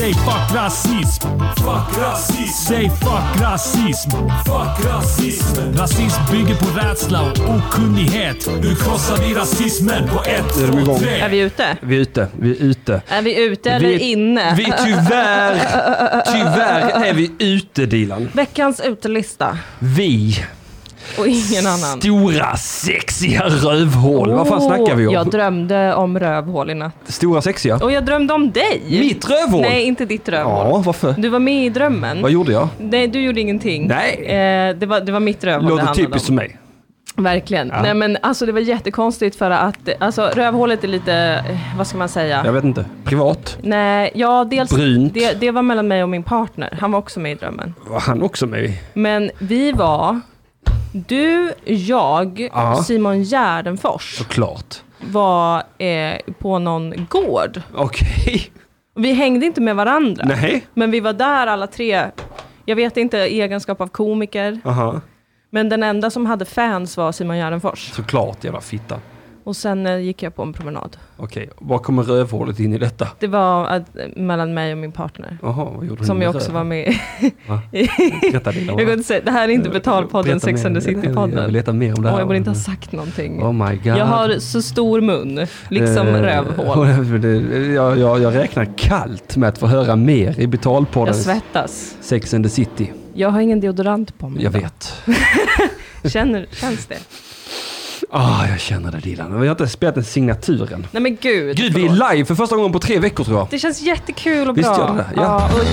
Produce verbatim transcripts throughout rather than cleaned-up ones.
Säg fuck rasism. Fuck rasism. Säg fuck rasism. Fuck rasism. Rasism bygger på rädsla och okunnighet. Nu krossar vi rasismen på ett, två, tre. Är vi ute? Vi är ute, vi är ute. Är vi ute eller vi är, inne? Vi är tyvärr, tyvärr är vi ute, Dilan. Veckans utelista. Vi. Och ingen annan. Stora sexiga rövhål. Oh, vad fan snackar vi om? Jag drömde om rövhål i natt. Stora sexiga? Och jag drömde om dig. Mitt rövhål? Nej, inte ditt rövhål. Ja, varför? Du var med i drömmen. Vad gjorde jag? Nej, du gjorde ingenting. Nej. Eh, det, var, det var mitt rövhål. Låter typiskt som mig. Verkligen. Ja. Nej, men alltså det var jättekonstigt för att alltså rövhålet är lite, vad ska man säga? Jag vet inte. Privat? Nej, ja dels Brynt. det, det var mellan mig och min partner. Han var också med i drömmen. Var han också med? Men vi var du, jag, ja. Simon Gärdenfors. Såklart. Var eh, på någon gård. Okej. Okay. Vi hängde inte med varandra. Nej. Men vi var där alla tre. Jag vet inte egenskap av komiker. Aha. Men den enda som hade fans var Simon Gärdenfors. Såklart, jävla fitta. Och sen eh, gick jag på en promenad. Okej, okay. Var kommer rövhålet in i detta? Det var att, mellan mig och min partner. Jaha, vad gjorde du? Som jag också röv? var med i. Jag går inte säga, det här är inte betalpodden, Sex and the City-podden. Jag vill leta mer om det här. Och jag borde inte ha sagt någonting. Oh my God. Jag har så stor mun, liksom eh, rövhål. jag, jag, jag räknar kallt med att få höra mer i betalpodden. Jag svettas. Sex and the City. Jag har ingen deodorant på mig. Jag då. vet. Känner, känns det? Ah, jag känner det, Dilan. Vi har inte spelat den signaturen. Nej men gud. Gud, vi är live för första gången på tre veckor tror jag. Det känns jättekul och Visst bra. Visst gör det det? Ja. ja och...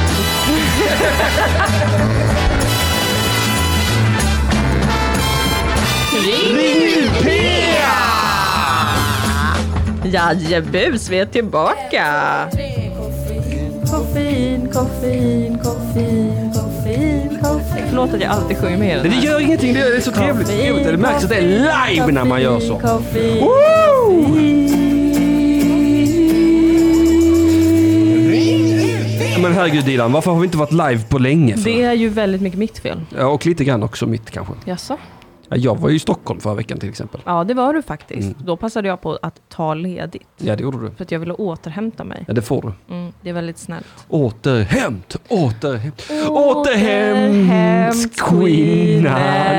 Ring P! Jajebus, vi är tillbaka. Koffein, koffein, koffein, koffein, koffein. Förlåt att jag alltid sjunger med den här. Det gör ingenting, det är så trevligt. Koffein, det märks att det är live koffein, när man gör så. Koffein, Men herregud Dilan, varför har vi inte varit live på länge? För? Det är ju väldigt mycket mitt fel. Ja, och lite grann också mitt kanske. Jaså? Ja, jag var ju i Stockholm förra veckan till exempel. Ja, det var du faktiskt. Mm. Då passade jag på att ta ledigt. Ja, det gjorde du. För att jag ville återhämta mig. Ja, det får du. Mm, det är väldigt snällt. Återhämt, återhämt, återhämtskvinnan.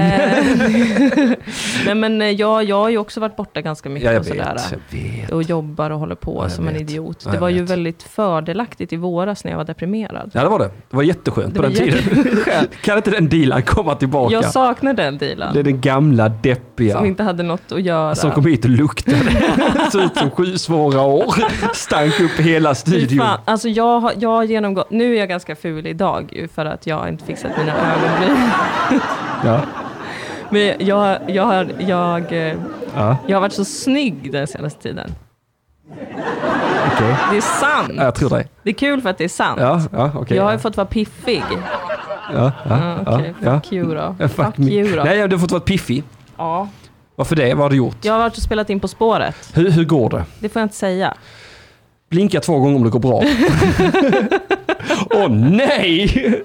Nej, men jag, jag har ju också varit borta ganska mycket. Ja, jag och sådär. vet, jag vet. Och jobbar och håller på ja, som vet. en idiot. Ja, det var ju vet. väldigt fördelaktigt i våras när jag var deprimerad. Ja, det var det. Det var jätteskönt det på var den tiden. Kan inte den dealen komma tillbaka? Jag saknar den dealen. Det är den gamla deppiga. Som inte hade något att göra. Som kom hit och luktade. Så ut som sju svåra år. Stank upp hela studion. Fan, alltså jag har, jag har genomgått, nu är jag ganska ful idag ju, för att jag inte fixat mina ögonbryn. Ja. Men jag, jag, har, jag, ja. jag har varit så snygg den senaste tiden. Okay. Det är sant. Ja, jag tror det. Det är kul för att det är sant. Ja, ja, okay, jag har ja. ju fått vara piffig. Ja, ja, ah, okay. ja. Fuck you då. Ja, fuck, fuck you då. Nej, du har fått vara piffig. Ja. Varför det? Vad har du gjort? Jag har varit och spelat in På spåret. Hur, hur går det? Det får jag inte säga. Blinka två gånger om det går bra. Åh oh, nej!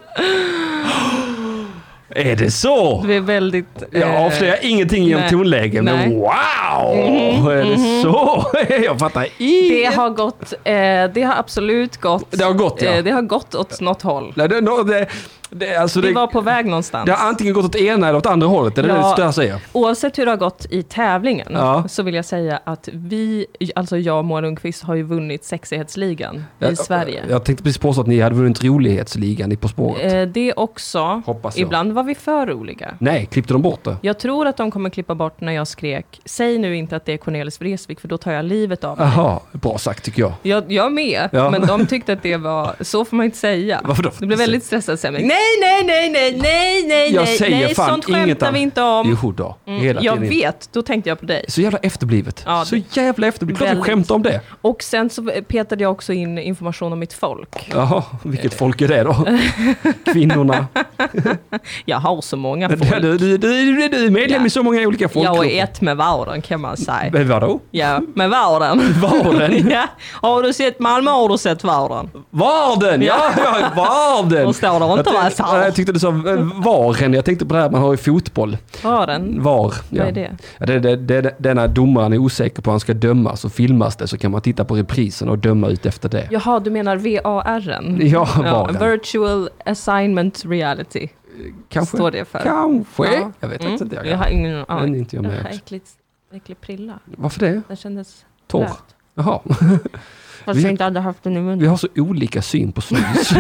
Är det så? Det är väldigt... Jag eh, avslöjar ingenting genom tonläge, men wow! Mm-hmm, är det mm-hmm. så? Jag fattar inget. Det har gått, eh, det har absolut gått. Det har gått, ja. Eh, det har gått åt något håll. Nej, det, det, det, alltså Vi det, var på väg någonstans. Det har antingen gått åt ena eller åt andra hållet, det är ja, det jag säger. Oavsett hur det har gått i tävlingen ja. så vill jag säga att vi, alltså jag och Moa Lundqvist har ju vunnit sexighetsligan ja, i Sverige. Jag tänkte precis påstå att ni hade vunnit rolighetsligan i På spåret. Eh, det också. Hoppas jag. Ibland var vi för roliga. Nej, klippte de bort det? Jag tror att de kommer klippa bort när jag skrek, säg nu inte att det är Cornelis Vreeswijk för då tar jag livet av mig. Jaha, bra sagt tycker jag. Jag, jag med, ja. Men de tyckte att det var, så får man inte säga. Varför då? Det blev väldigt stressad stämning. Nej, nej, nej, nej, nej, nej, jag nej, säger nej, fan sånt skämtar av... vi inte om. Jo då, mm. hela jag tiden. vet, då tänkte jag på dig. Så jävla efterblivet. Ja, så jävla efterblivet. Klart du skämtar om det. Och sen så petade jag också in information om mitt folk. Jaha, vilket folk är det då? Kvinnorna. Jag har så många folk. Du, du, du, du är medlem ja. i så många olika folkgrupper. Jag är ett med varen kan man säga. Med vadå? Ja, med varen. Varen? Ja. Har du sett Malmö har du sett varen. Varden, ja, ja varden. Då står det inte vad jag sa. Jag tyckte du sa varen, jag tänkte på det här man har i fotboll. Varen? Var, ja. Vad är det? Ja, det, det, det denna domaren är osäker på att han ska döma så filmas det så kan man titta på reprisen och döma ut efter det. Jaha, du menar V A R-en? Ja, ja, varen. Virtual Assignment Reality. Kanske. Står det för. Kanske. Ja. Jag vet mm. inte. Jag, jag har ingen aning. Inte jag med. Äckligt, äcklig prilla. Varför det? Den kändes torr. blöt. Jaha. Fast vi, jag inte hade haft den i munnen. Vi har så olika syn på snus.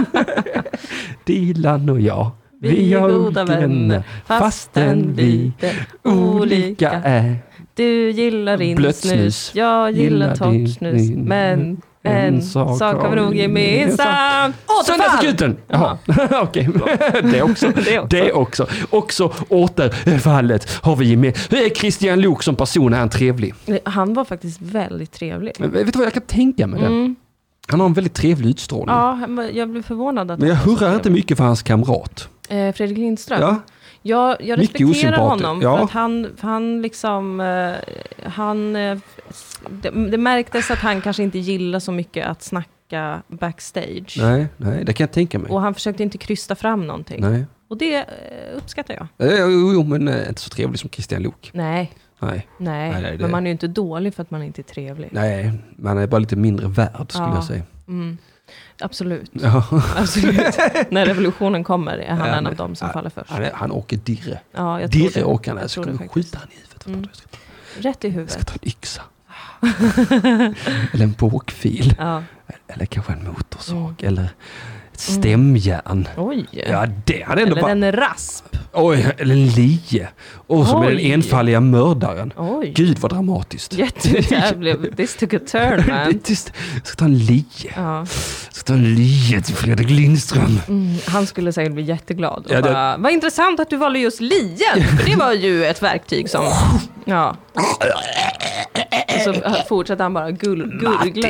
Dilan och jag. Vi, vi är goda vänner. Fastän vi olika är. Du gillar din snus. Jag gillar toppsnus. Men en sak, sak har vi nog gemensamt. Söndagsakuten! Jaha, okej. Det också. Det också. Det också. Också återfallet har vi med. Hur är Christian Lok som person? Är han trevlig? Han var faktiskt väldigt trevlig. Men, vet du vad jag kan tänka med det? Mm. Han har en väldigt trevlig utstrålning. Ja, jag blev förvånad. Att Men jag hurrar inte mycket för hans kamrat. Eh, Fredrik Lindström? Ja. Jag, jag respekterar honom ja. för att han, han liksom eh, han eh, det, det märktes att han kanske inte gillar så mycket att snacka backstage. Nej, nej, det kan jag tänka mig. Och han försökte inte krysta fram någonting. Nej. Och det eh, uppskattar jag. Eh, jo, jo, men eh, inte så trevlig som Christian Lok. Nej. Nej. Nej, nej, nej men man är ju inte dålig för att man inte är trevlig. Nej, man är bara lite mindre värd skulle ja. jag säga. Mm. Absolut. Ja. Absolut. När revolutionen kommer är han ja, en av dem som ja, faller först. Han, är, han åker dirre. Ja, jag dirre tror åker han. Jag ska skjuta han i huvudet. Mm. Rätt i huvudet. Jag ska ta en yxa. Eller en båkfil. Ja. Eller kanske en motorsåg. Mm. Eller ett stämjärn. Mm. Oj. Ja, det hade ändå eller bara... en rasp. Oj, eller en lie. Och som är den enfalliga mördaren. Oj. Gud vad dramatiskt. Jättejävligt. This took a turn, man. Jag ska ta en lie. Ja. Jag ska ta en lie till Fredrik Lindström. Mm, han skulle säkert bli jätteglad. Och ja, det... bara, vad intressant att du valde just lien. För det var ju ett verktyg som... Ja. Och så fortsätter han bara gull, gurgla.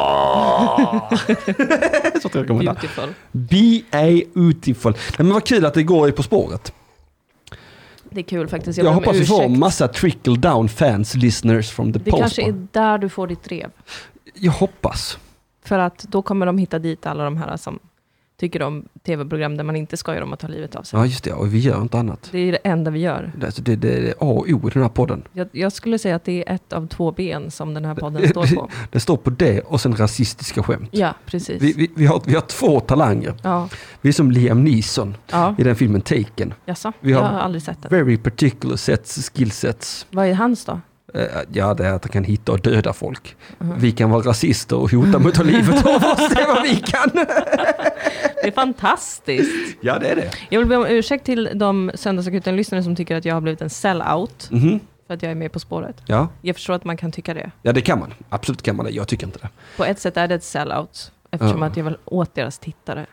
Beautiful. Beautiful. Men vad kul att det går På spåret. Det är kul faktiskt. Jag, jag hoppas vi får massa trickle down fans, listeners from the Det post. kanske är där du får ditt drev. Jag hoppas. För att då kommer de hitta dit alla de här som tycker om tv-program där man inte skojar om att ta livet av sig. Ja, just det. Och vi gör inte annat. Det är det enda vi gör. Det, det, det är A och O i den här podden. Jag, jag skulle säga att det är ett av två ben som den här podden står på. Det står på det och sen rasistiska skämt. Ja, precis. Vi, vi, vi, har, vi har två talanger. Ja. Vi är som Liam Neeson ja. i den filmen Taken. Jaså? Vi har jag har aldrig sett den. Very particular sets, skillsets. Vad är hans då? Ja, det är att han kan hitta och döda folk. Uh-huh. Vi kan vara rasister och hota mot att livet av oss. Det är vad vi kan. Det är fantastiskt. Ja, det är det. Jag vill be om ursäkt till de söndagsakuten-lyssnare som tycker att jag har blivit en sellout. Mm-hmm. För att jag är med På spåret. Ja. Jag förstår att man kan tycka det. Ja, det kan man. Absolut kan man det. Jag tycker inte det. På ett sätt är det ett sellout. Eftersom uh. att jag vill åt deras tittare.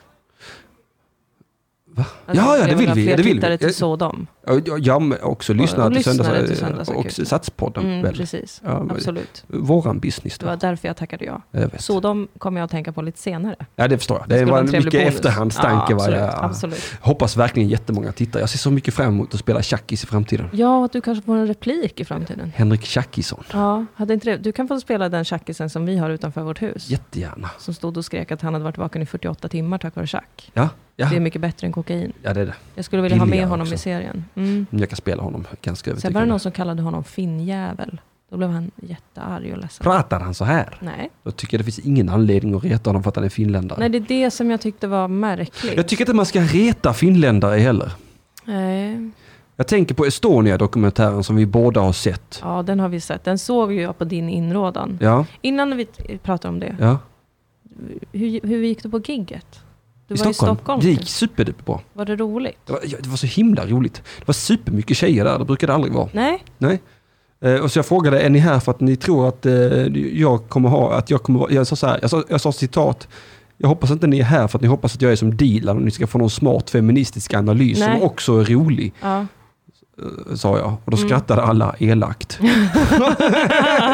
Va? Alltså, ja, ja, det vill vi. Ja, det vill vi. Till så dem. Ja, jag har också lyssnat och, och till söndags, till söndags och Satspodden. Mm, väl. precis, ja, absolut. Våran business då. Det var därför jag tackade ja. Jag så de kommer jag att tänka på lite senare. Ja, det förstår jag. Det, det var en mycket bonus. Efterhandstanke. Ja, absolut, jag absolut. hoppas verkligen jättemånga tittar. Jag ser så mycket fram emot att spela Tjackis i framtiden. Ja, att du kanske får en replik i framtiden. Henrik Tjackisson. Ja, hade inte det? Du kan få spela den Tjackisen som vi har utanför vårt hus. Jättegärna. Som stod och skrek att han hade varit vaken i fyrtioåtta timmar tack vare Tjack. Ja. Ja. Det är mycket bättre än kokain. Ja, det är det. Jag skulle vilja Billigare ha med honom också. i serien. Mm. Jag kan spela honom ganska övertygande. Sen var det någon som kallade honom finnjävel. Då blev han jättearg och ledsen. Pratar han så här? Nej. Då tycker jag det finns ingen anledning att reta honom för att han är finländare. Nej, det är det som jag tyckte var märkligt. Jag tycker inte man ska reta finländare heller. Nej. Jag tänker på Estonia-dokumentären som vi båda har sett. Ja, den har vi sett. Den såg ju jag på din inrådan. Ja. Innan vi pratar om det. Ja. Hur, hur gick du på gigget? Du I var Stockholm. i Stockholm. Det gick superduperbra. Var det roligt? Det var, det var så himla roligt. Det var supermycket tjejer där. Det brukar det aldrig vara. Nej. Nej. Eh, och så jag frågade, är ni här för att ni tror att eh, jag kommer ha, att jag kommer vara, jag sa så här, jag sa, jag sa citat, jag hoppas inte ni är här för att ni hoppas att jag är som Dilan och ni ska få någon smart feministisk analys Nej. Som också är rolig. Ja. Sa jag. Och då skrattade mm. alla elakt.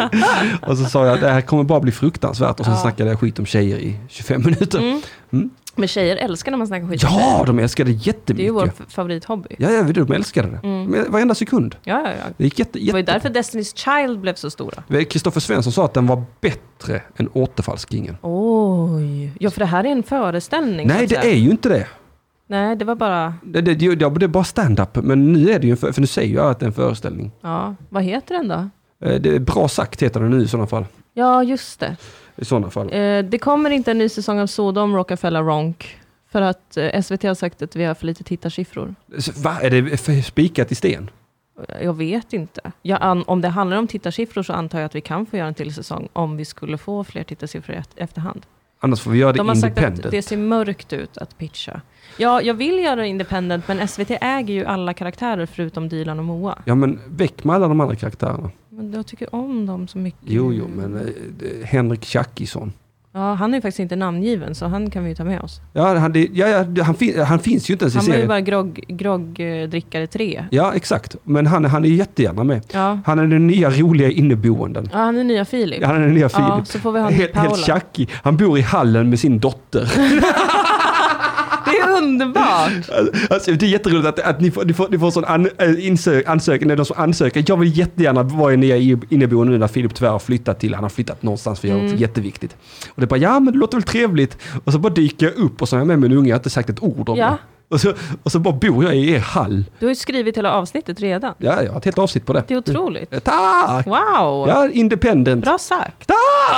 Och så sa jag, det här kommer bara bli fruktansvärt. Och så ja. snackade jag skit om tjejer i tjugofem minuter. Mm. Mm. Men tjejer älskar när man snackar skit. Ja, de älskar det jättemycket. Det är ju vår favoritthobby. Ja, ja, de älskade det. Mm. Varenda sekund. Ja, ja, ja. Det gick jätte, jätte... Det var ju därför Destiny's Child blev så stora. Kristoffer Svensson sa att den var bättre än Återfallskingen. Oj. Ja, för det här är en föreställning. Nej, det är ju inte det. Nej, det var bara... Det, det, det, det är bara stand-up. Men nu är det ju en för, för nu säger jag att det är en föreställning. Ja, vad heter den då? Det är Bra sagt heter den nu i sådana fall. Ja, just det. I sådana fall. Eh, det kommer inte en ny säsong av Sodom, Rockefeller, Ronk. För att eh, S V T har sagt att vi har för lite tittarsiffror. Va? Är det för spikat i sten? Jag vet inte. Jag an- om det handlar om tittarsiffror så antar jag att vi kan få göra en till säsong om vi skulle få fler tittarsiffror i ett- efterhand. Annars får vi göra det De har independent. sagt att det ser mörkt ut att pitcha. Ja, jag vill göra det independent, men S V T äger ju alla karaktärer förutom Dilan och Moa. Ja, men väck med alla de andra karaktärerna. Men jag tycker om dem så mycket. Jo, jo, men eh, Henrik Tjackisson. Ja, han är ju faktiskt inte namngiven, så han kan vi ju ta med oss. Ja, han, det, ja, ja han, fin, han finns ju inte ens i Han var serien. ju bara grogg, groggdrickare tre. Ja, exakt. Men han, han är jättegärna med. Ja. Han är den nya roliga inneboenden. Ja, han är nya Filip. Han är den nya Filip. Ja, så får vi ha en ny helt, Paula. helt tjackig. Han bor i hallen med sin dotter. Det är underbart! Alltså, det är jätteroligt att, att ni får, ni får, ni får sån an, äh, insök, ansökan, när de som ansöker. Jag vill jättegärna vara i nya inneboende nu när Filip tyvärr har flyttat till. Han har flyttat någonstans för mm. jätteviktigt. Och det är bara, ja men det låter väl trevligt. Och så bara dyker jag upp och så är jag med min unge. Jag har inte sagt ett ord om ja. det. Och så, och så bara bor jag i er hall. Du har ju skrivit hela avsnittet redan. Ja, jag har ett helt avsnitt på det. Det är otroligt. Mm. Tack! Wow! Ja, independent. Bra sagt.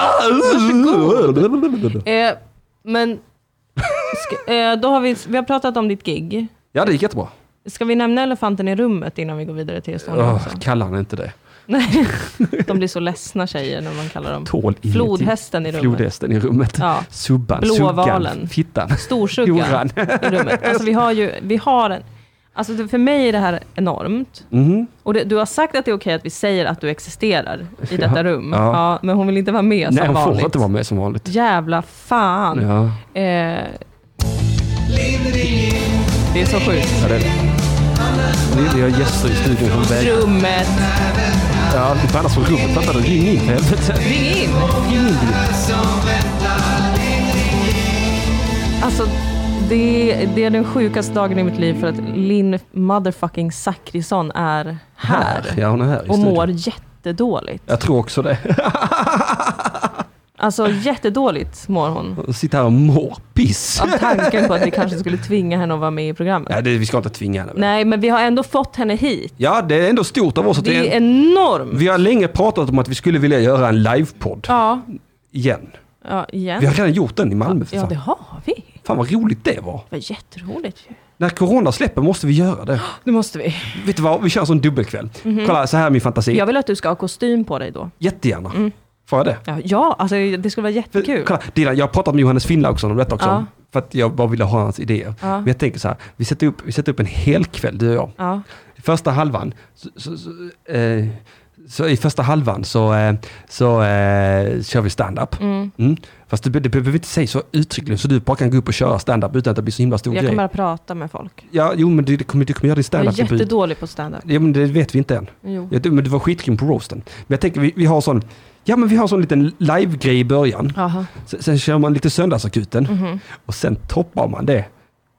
Varsågod. Eh, men ska, eh, då har vi, vi har pratat om ditt gig. Ja, det gick jättebra. Ska vi nämna elefanten i rummet innan vi går vidare till Estonia? Oh, också? kallar han inte det? Nej, de blir så ledsna tjejer när man kallar dem. Tål Flodhästen i rummet. Flodhästen i rummet. Ja. Subban, Blåvalen. suggan, fittan. Storsuggan i rummet. Alltså vi har ju, vi har en... Alltså för mig är det här enormt. Mm. Och det, du har sagt att det är okej att vi säger att du existerar i detta Ja, rum. ja. Ja, men hon vill inte vara med Nej, som hon vanligt. får inte vara med som vanligt. Jävla fan. Ja. Eh, det är så sjukt. Ja, det är det. Vi har gäster i studion som vägrar. Rummet. Ja, du får annars få rummet. Fattar du? Ring in för helvete. Ring in. Ring in. Alltså, det, det är den sjukaste dagen i mitt liv för att Linn motherfucking Zachrisson är här. Ja, hon är här i och studion. mår jättedåligt. Jag tror också det. Alltså jättedåligt mår hon. Hon sitter här och mår piss. Av tanken på att vi kanske skulle tvinga henne att vara med i programmet. Ja, det, vi ska inte tvinga henne. Nej, men vi har ändå fått henne hit. Ja, det är ändå stort av oss. Att Det är vi, enormt. vi har länge pratat om att vi skulle vilja göra en livepodd. Ja, Igen. ja igen. Vi har redan gjort den i Malmö. För Ja, fan. det har vi. Fan vad roligt det var. Det var jätteroligt ju. När corona släpper måste vi göra det. Det måste vi. Vet du vad? Vi kör en sån dubbelkväll. Mhm. Kolla, så här är min fantasi. Jag vill att du ska ha kostym på dig då. Jättegärna. Mm. Får jag det? Ja, ja, alltså det skulle vara För, jättekul. kolla, Dilan, jag har pratat med Johannes Finnlaugsson om detta också. Ja. För att jag bara ville ha hans idéer. Ja. Men jag tänker så här, vi sätter upp, vi sätter upp en hel kväll, du och jag. Ja. I första halvan, så, så, så, eh, så i första halvan så, eh, så eh, kör vi stand-up. Mm. Mm. Fast du, du behöver inte säga så uttryckligen så du bara kan gå upp och köra stand-up utan att det blir så himla stor Jag grej. kan bara prata med folk. Ja, jo men du, du, kommer, du kommer göra din Jag är stand-up. jättedålig på stand-up. Ja, men det vet vi inte än. Jo. Ja, du, men du var skitgrym på roasten. Men jag tänker, vi, vi har sån, ja men vi har sån liten live-grej i början. Aha. Sen, sen kör man lite söndagsakuten. Mhm. Och sen toppar man det.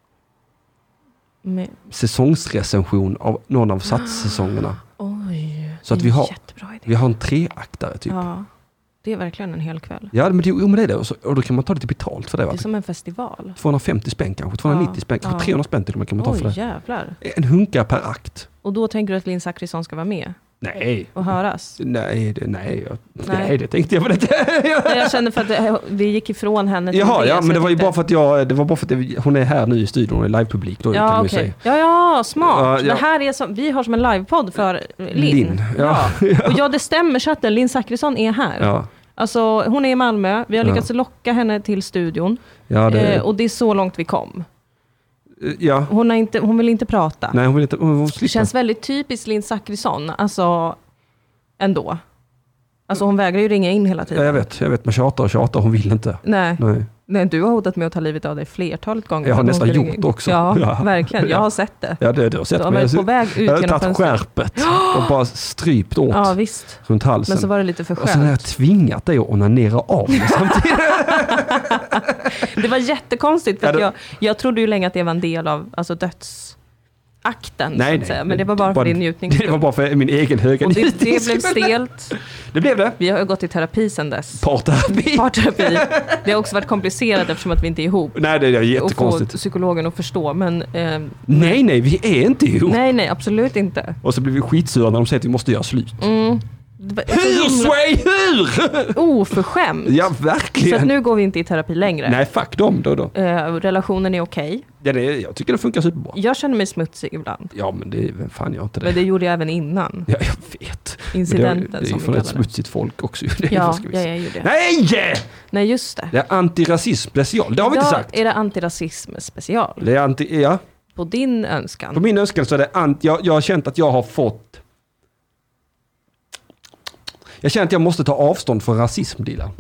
Med, Säsongsrecension av någon av satssäsongerna. oj, Så att det är vi en har- jättebra idé. Vi har en treaktare typ. Ja, Ja, det är verkligen en hel kväll. men det, jo, men det är det. Och, så, och då kan man ta lite betalt för det. Va? Det är som en festival. tvåhundrafemtio spänn kanske, tvåhundranittio Ja, spänn, kanske ja. trehundra spänn till och med kan man ta för Oj, det. jävlar. En hunka per akt. Och då tänker du att Linn Zachrisson ska vara med Nej. och höras? Nej, det, nej, jag, nej. Nej. det tänkte jag på det. Nej, jag kände för att det, vi gick ifrån henne till Jaha, ja, så men det jag var ju tyckte- bara för att jag, det var bara för att det, hon är här nu i studion, hon är livepublik då, kan Ja, man ju okej. säga. Ja, ja, smart. Ja, ja. Det här är som, vi har som en livepodd för Linn. Linn, ja. Ja. Och ja, det stämmer chatten. Linn Zachrisson är här. Ja, Alltså, hon är i Malmö. Vi har Ja. lyckats locka henne till studion. ja, det, Eh, och det är så långt vi kom. ja. Hon, har inte, hon vill inte prata. Nej, hon vill inte, hon, hon Det slipper. känns väldigt typiskt Linn Zachrisson. Alltså, ändå. Alltså hon vägrar ju ringa in hela tiden. Ja, jag vet, jag vet, man tjatar och tjatar, hon vill inte. Nej. Nej. Nej, du har hotat med att ta livet av dig flertalet gånger. Jag har nästan gjort det också. Ja, ja, verkligen. Jag har sett det. Ja, det, det har sett du har varit på väg ut jag har genom tagit skärpet och bara strypt åt ja, visst. runt halsen. Men så var det lite för skönt. Och sen har jag tvingat dig att onanera av mig samtidigt. Det var jättekonstigt för ja, att det... jag, jag trodde ju länge att det var en del av alltså dödsakten. Nej, så att säga. Men det var bara för din njutning. Det var bara för min egen höga och det, det blev stelt. Det blev det. Vi har gått i terapi sedan dess. Parterapi. Parterapi. Det har också varit komplicerat eftersom att vi inte är ihop. Nej, det är jättekonstigt. Och få psykologen att förstå. Men, eh, nej, nej, vi är inte ihop. Nej, nej, absolut inte. Och så blir vi skitsura när de säger att vi måste göra slut. Mm. Hur, Sway, hur? Oförskämt. Ja, verkligen. Så att nu går vi inte i terapi längre. Nej, fuck dem då. då. Eh, relationen är okej. Okay. Ja, det är, jag tycker det funkar superbra. Jag känner mig smutsig ibland. Ja, men det är fan jag inte det. Men det gjorde jag även innan. Ja, jag vet. Incidenten det är, det är som för vi ett kallar det. smutsigt folk också. Det ja, ska vi jag är ju det. Nej! Nej, just det. Det är antirasism special. Det har vi Idag inte sagt. är det antirasism special. Det är anti, ja. På din önskan. På min önskan så är det anti, jag, jag har känt att jag har fått Jag känner att jag måste ta avstånd från rasism, Dilan.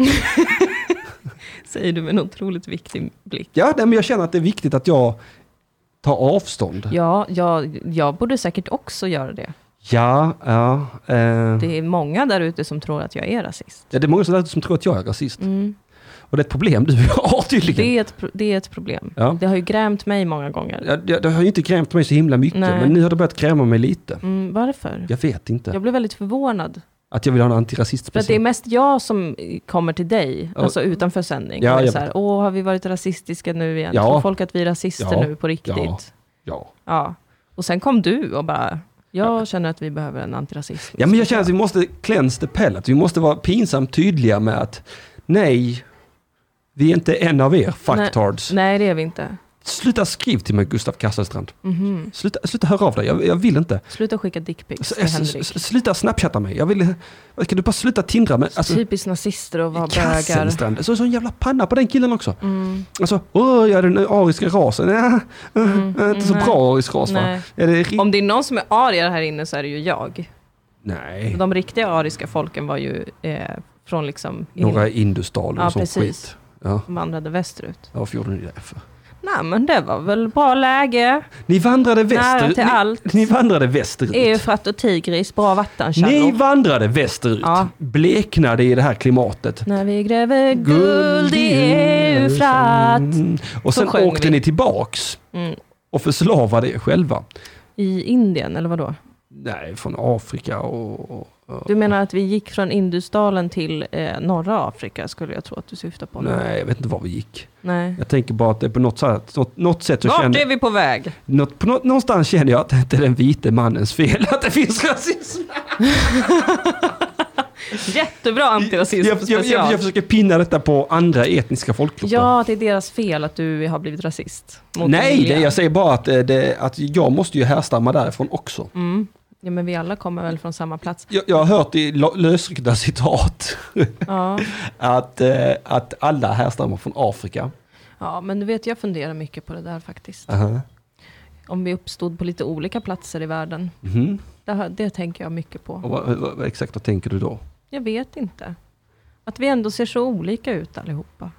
Säger du med en otroligt viktig blick. Ja, men jag känner att det är viktigt att jag tar avstånd. Ja, jag, jag borde säkert också göra det. Ja, ja. Eh. Det är många där ute som tror att jag är rasist. Ja, det är många där ute som tror att jag är rasist. Mm. Och det är ett problem du har tydligen. Det är ett, det är ett problem. Ja. Det har ju grämt mig många gånger. Ja, det, det har ju inte grämt mig så himla mycket. Nej. Men nu har det börjat gräma mig lite. Mm, varför? Jag vet inte. Jag blev väldigt förvånad. Att jag vill ha en antirasist special. För att det är mest jag som kommer till dig, Ja. alltså utanför sändning. Ja, och är jag så här, åh, har vi varit rasistiska nu igen? Ja. Tror folk att vi är rasister Ja. nu på riktigt? Ja. Ja. Ja. Och sen kom du och bara, jag känner att vi behöver en antirasism. Ja, men jag känner att vi måste cleanse the palate. Vi måste vara pinsamt tydliga med att nej, vi är inte en av er fucktards. Nej, nej, det är vi inte. Sluta skriv till mig, Gustav Kasselstrand. Mm-hmm. Sluta, sluta höra av dig, jag, jag vill inte. Sluta skicka dickpics S- till s- Henrik. s- Sluta snapchatta mig. Jag vill, kan du bara sluta tindra med... Alltså, Typiskt nazister och vara bögar. Kasselstrand. Så, så en jävla panna på den killen också. Mm. Alltså, åh, jag är den ariska rasen. Ja, Mm, äh, inte så nej. bra arisk ras, va? Nej. Är det ri- Om det är någon som är arier här inne så är det ju jag. Nej. De riktiga ariska folken var ju eh, från liksom... Några i Indusdalen Ja, och sånt precis. skit. Ja. De vandrade västerut. Ja, varför gjorde ni det för? Nej, men det var väl bra läge. Ni vandrade Nära västerut. till Ni, allt. ni vandrade västerut. Eufrat och Tigris, bra vattenkällor. Ni vandrade västerut. Ja. Bleknade i det här klimatet. När vi gräver guld i Eufrat. Mm. Och sen sjöng åkte vi. ni tillbaks Mm. och förslavade er själva. I Indien, eller vadå? Nej, från Afrika och... och Du menar att vi gick från Indusdalen till eh, norra Afrika, skulle jag tro att du syftar på. nu. nej, jag vet inte var vi gick. Nej. Jag tänker bara att det på något sätt, något, något sätt så Vart känner är vi på väg? något, på något, någonstans känner jag att det inte är den vite mannens fel att det finns rasism. Jättebra antirasism Jag, jag, jag, special. jag försöker pinna detta på andra etniska folkgrupper. Ja, det är deras fel att du har blivit rasist. Mot Nej, miljön. det, jag säger bara att, eh, det, att jag måste ju härstamma därifrån också. Mm. Ja, men vi alla kommer väl från samma plats. Jag, jag har hört i lo- lösryckta citat Ja. att, eh, att alla härstammar från Afrika. Ja, men du vet, jag funderar mycket på det där faktiskt. Uh-huh. Om vi uppstod på lite olika platser i världen. Mhm. Det, här- det tänker jag mycket på. Och vad, vad, vad exakt vad tänker du då? Jag vet inte. Att vi ändå ser så olika ut allihopa.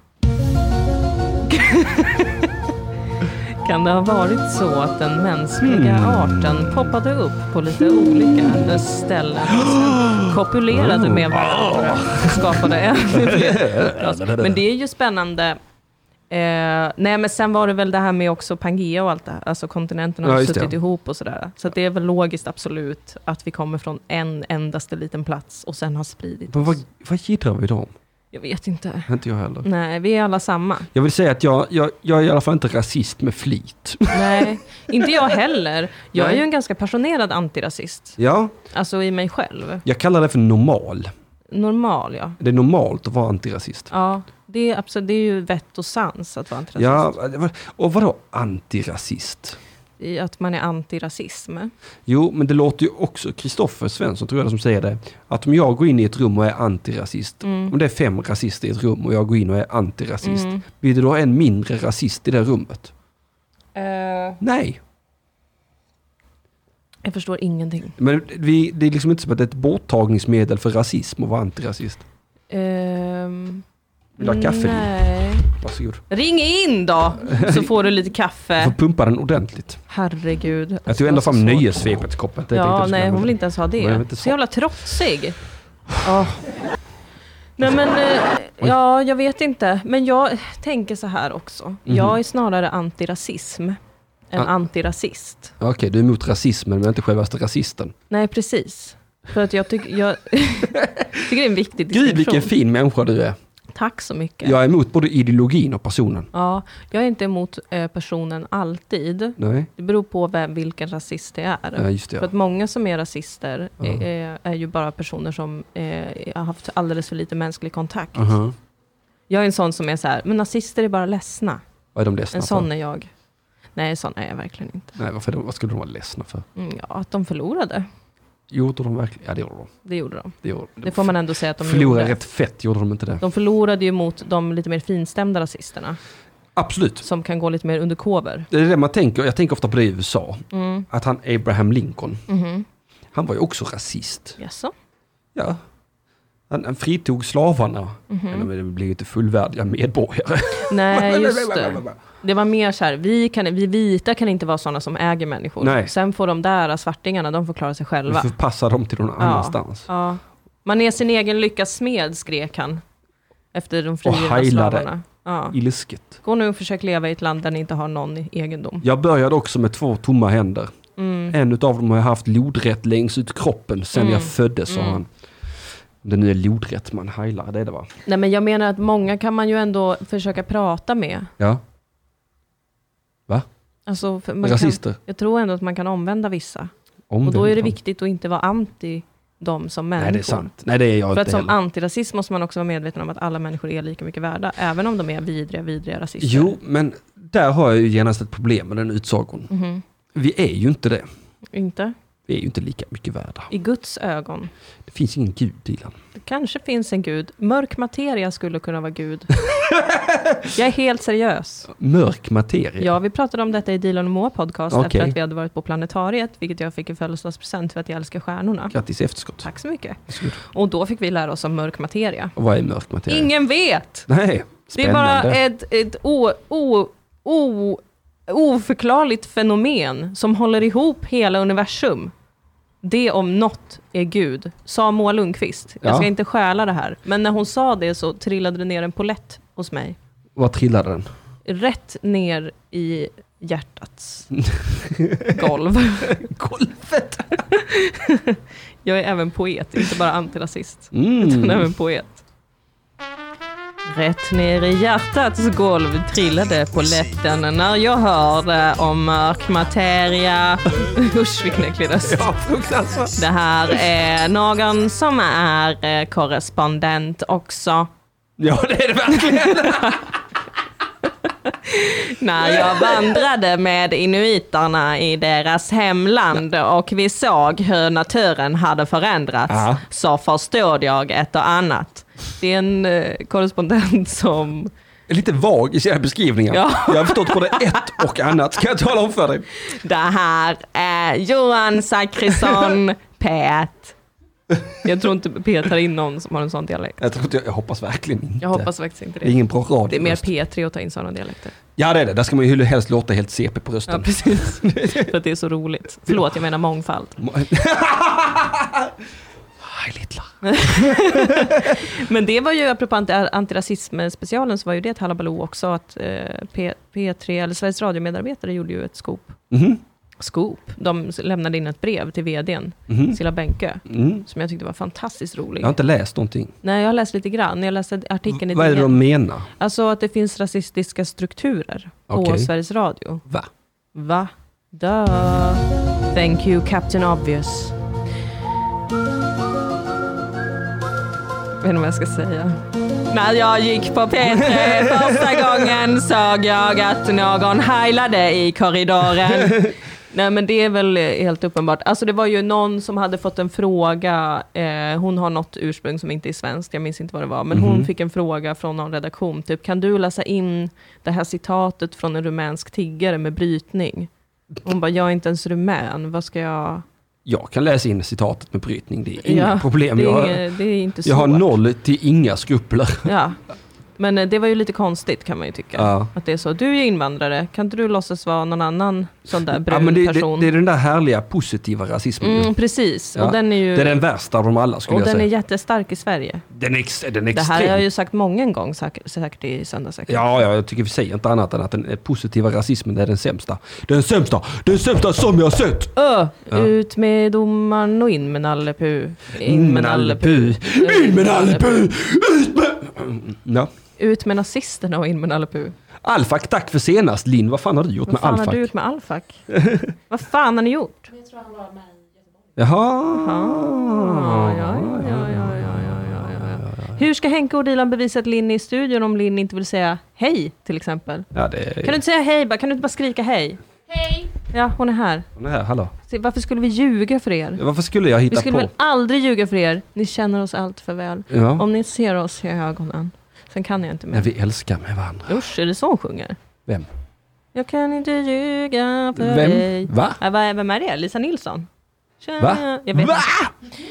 Kan det ha varit så att den mänskliga Hmm. arten poppade upp på lite olika ställen och sen kopulerade med varandra och skapade ännu fler ras? Men det är ju spännande. Eh, nej, men sen var det väl det här med också Pangea och allt det här. Alltså kontinenterna Ja, har just det. suttit ihop och sådär. Så att det är väl logiskt absolut att vi kommer från en endaste liten plats och sen har spridit Men oss. vad, vad jiddrar vi då om? Jag vet inte. Inte jag heller. Nej, vi är alla samma. Jag vill säga att jag, jag, jag är i alla fall inte rasist med flit. Nej, inte jag heller. Jag är Nej. ju en ganska passionerad antirasist. Ja, Alltså i mig själv. jag kallar det för normal. Normal, ja. Det är normalt att vara antirasist. Ja, det är, absolut, det är ju vett och sans att vara antirasist. Ja, och vadå antirasist? I att man är antirasism. Jo, men det låter ju också, Kristoffer Svensson tror jag som säger det, att om jag går in i ett rum och är antirasist, Mm. om det är fem rasister i ett rum och jag går in och är antirasist, Mm. blir det då en mindre rasist i det rummet? Uh, Nej. jag förstår ingenting. Men vi, det är liksom inte som att det är ett borttagningsmedel för rasism att vara antirasist. Ehm, Vill du ha kaffe? Nej. Varsågod. Ring in då, så får du lite kaffe. Du får pumpa den ordentligt. Herregud. Jag tog ändå fram nöjesvepetskoppen. Ja, nej, hon vill inte ens ha det. Så jävla trotsig. Oh. Nej, men ja, jag vet inte. Men jag tänker så här också. Mm-hmm. Jag är snarare antirasism än ah. antirasist. Okej, okay, du är emot rasismen men inte självaste rasisten. Nej, precis. För att jag, tyck, jag tycker det är en viktig distinktion. Gud, vilken fin människa du är. Tack så mycket. Jag är emot både ideologin och personen. Ja, jag är inte emot eh, personen alltid. Nej. Det beror på vem, vilken rasist det är. Ja, just det, ja. För att många som är rasister ja. är, är ju bara personer som eh, har haft alldeles för lite mänsklig kontakt. Uh-huh. Jag är en sån som är så här, men nazister är bara ledsna. Vad är de ledsna En för? sån är jag. Nej, sån är jag verkligen inte. Nej, varför, vad skulle de vara ledsna för? Mm, ja, att de förlorade. Gjorde de verkligen? Ja, det gjorde de. Det gjorde de. Det, gjorde, det får man ändå säga att de förlorade gjorde. Rätt fett gjorde de inte det. De förlorade ju mot de lite mer finstämda rasisterna. Absolut. Som kan gå lite mer undercover. Det är det man tänker. Jag tänker ofta på det i U S A. Mm. Att han, Abraham Lincoln, mm-hmm. han var ju också rasist. Jaså? Ja. Han, han fritog slavarna. Mm-hmm. Eller det blev ju inte fullvärdiga medborgare. Nej, just det. Det var mer så här, vi, kan, vi vita kan inte vara sådana som äger människor. Nej. Sen får de där svartingarna, de får klara sig själva. Vi får passa dem till någon ja. annanstans. Ja. Man är sin egen lyckas smed, skrek han. Efter de frigivna slavarna. Ja. Ilsket. Gå nu och försök leva i ett land där ni inte har någon egendom. Jag började också med två tomma händer. Mm. En utav dem har jag haft lodrätt längs ut kroppen sen mm. jag föddes, sa mm. han. Det nu är lodrätt man heilar, det är det va? Nej, men jag menar att många kan man ju ändå försöka prata med. Ja. Va? Alltså, man rasister? Kan, jag tror ändå att man kan omvända vissa. Omvända. Och då är det viktigt att inte vara anti dem som människor. Nej, det är sant. Nej, det är jag För inte att som heller. Antirasist måste man också vara medveten om att alla människor är lika mycket värda. Även om de är vidriga, vidriga rasister. Jo, men där har jag ju genast ett problem med den utsagon. Mm-hmm. Vi är ju inte det. Inte? Vi är ju inte lika mycket värda. I Guds ögon. Det finns ingen gud, Dilan. Det kanske finns en gud. Mörk materia skulle kunna vara gud. Jag är helt seriös. Mörk materia? Ja, vi pratade om detta i Dilan och Moa podcast okay. efter att vi hade varit på planetariet, vilket jag fick en födelsedagspresent för att jag älskar stjärnorna. Grattis i efterskott. Tack så mycket. Och då fick vi lära oss om mörk materia. Och vad är mörk materia? Ingen vet! Nej, spännande. Det är bara ett, ett o, o, o, oförklarligt fenomen som håller ihop hela universum. Det om något är Gud, sa Moa Lundqvist. Jag ska ja. inte stjäla det här. Men när hon sa det så trillade det ner en polett hos mig. Vad trillade den? Rätt ner i hjärtats golv. Golvet? Jag är även poet, inte bara antirasist. Mm. Utan även poet. Rätt ner i hjärtats golv trillade poletten när jag hörde om mörk materia. Usch, vilken äcklig röst. Ja, det här är någon som är korrespondent också. Ja, det är det verkligen. När jag vandrade med inuiterna i deras hemland och vi såg hur naturen hade förändrats, aha, så förstod jag ett och annat. Det är en eh, korrespondent som... Lite vag i sina beskrivningar. Ja. Jag har förstått både ett och annat. Kan jag tala om för dig? Det här är Johan Zachrisson, P ett. Jag tror inte P ett tar in någon som har en sån dialekt. Jag, tror inte, jag hoppas verkligen inte. Jag hoppas faktiskt inte det. Det är ingen bra radio. Det är mer P tre att ta in sådana dialekter. Ja, det är det. Där ska man ju helst låta helt C P på rösten. Ja, precis. För att det är så roligt. Förlåt, jag menar mångfald. Hej, littla. Men det var ju, apropå antirasism-specialen, så var ju det ett halabaloo också att eh, P- P3, eller Sveriges Radio-medarbetare gjorde ju ett scoop. Mm-hmm. Scoop. De lämnade in ett brev till vdn, mm-hmm, Silla Bänke, mm, som jag tyckte var fantastiskt rolig. Jag har inte läst någonting. Nej, jag har läst lite grann. Jag läste artikeln i Vad är det de menar? Alltså att det finns rasistiska strukturer okay. på Sveriges Radio. Va? Va? Duh. Thank you, Captain Obvious. Jag vet inte vad jag ska säga. När jag gick på P tre första gången såg jag att någon heilade i korridoren. Nej, men det är väl helt uppenbart. Alltså det var ju någon som hade fått en fråga. Eh, hon har något ursprung som inte är svenskt. Jag minns inte vad det var. Men mm-hmm, hon fick en fråga från någon redaktion. Typ, kan du läsa in det här citatet från en rumänsk tiggare med brytning? Hon bara, jag är inte ens rumän. Vad ska jag... Jag kan läsa in citatet med brytning. Det är inga ja, problem. Det är, jag, det är inte jag har noll till inga skrupler. Ja. Men det var ju lite konstigt kan man ju tycka. Ja. Att det är så, du är invandrare, kan inte du låtsas vara någon annan sån där brun ja, men det, person? Det, det är den där härliga positiva rasismen. Mm, precis. Ja. Och den är ju, det är den värsta av dem alla skulle jag säga. Och den är jättestark i Sverige. Den är, ex, den är det här har jag ju sagt många gånger säkert, säkert i söndagssäkert. Ja, ja, jag tycker vi säger inte annat än att den positiva rasismen är den sämsta. Den sämsta, den sämsta som jag har sett! Ö, ja. Ut med domaren och in med Nalle Puh. In med Nalle Puh. In med Nalle Puh. Ut med... Ja. Ut med nazisterna och in med Nalle Puh. Alfak, tack för senast. Linn, vad fan har du gjort vad med Alfak? Vad fan har du gjort med Alfak? Vad fan har ni gjort? Jag tror han var med i Göteborg. Jaha. Jaha. Ja, ja, ja, ja, ja, ja, ja. Hur ska Henke och Dilan bevisa att Linn är i studion om Linn inte vill säga hej, till exempel? Ja, det... Kan du inte säga hej? Kan du inte bara skrika hej? Hej! Ja, hon är här. Hon är här, hallå. Varför skulle vi ljuga för er? Ja, varför skulle jag hitta på? Vi skulle på? väl aldrig ljuga för er. Ni känner oss allt för väl. Ja. Om ni ser oss i ögonen. Sen kan jag inte mer. Men vi älskar med varandra. Usch, är det så hon sjunger? Vem? Jag kan inte ljuga för vem? dig. Va? Ja, vem är det? Lisa Nilsson? Va? Jag vet Va? Inte.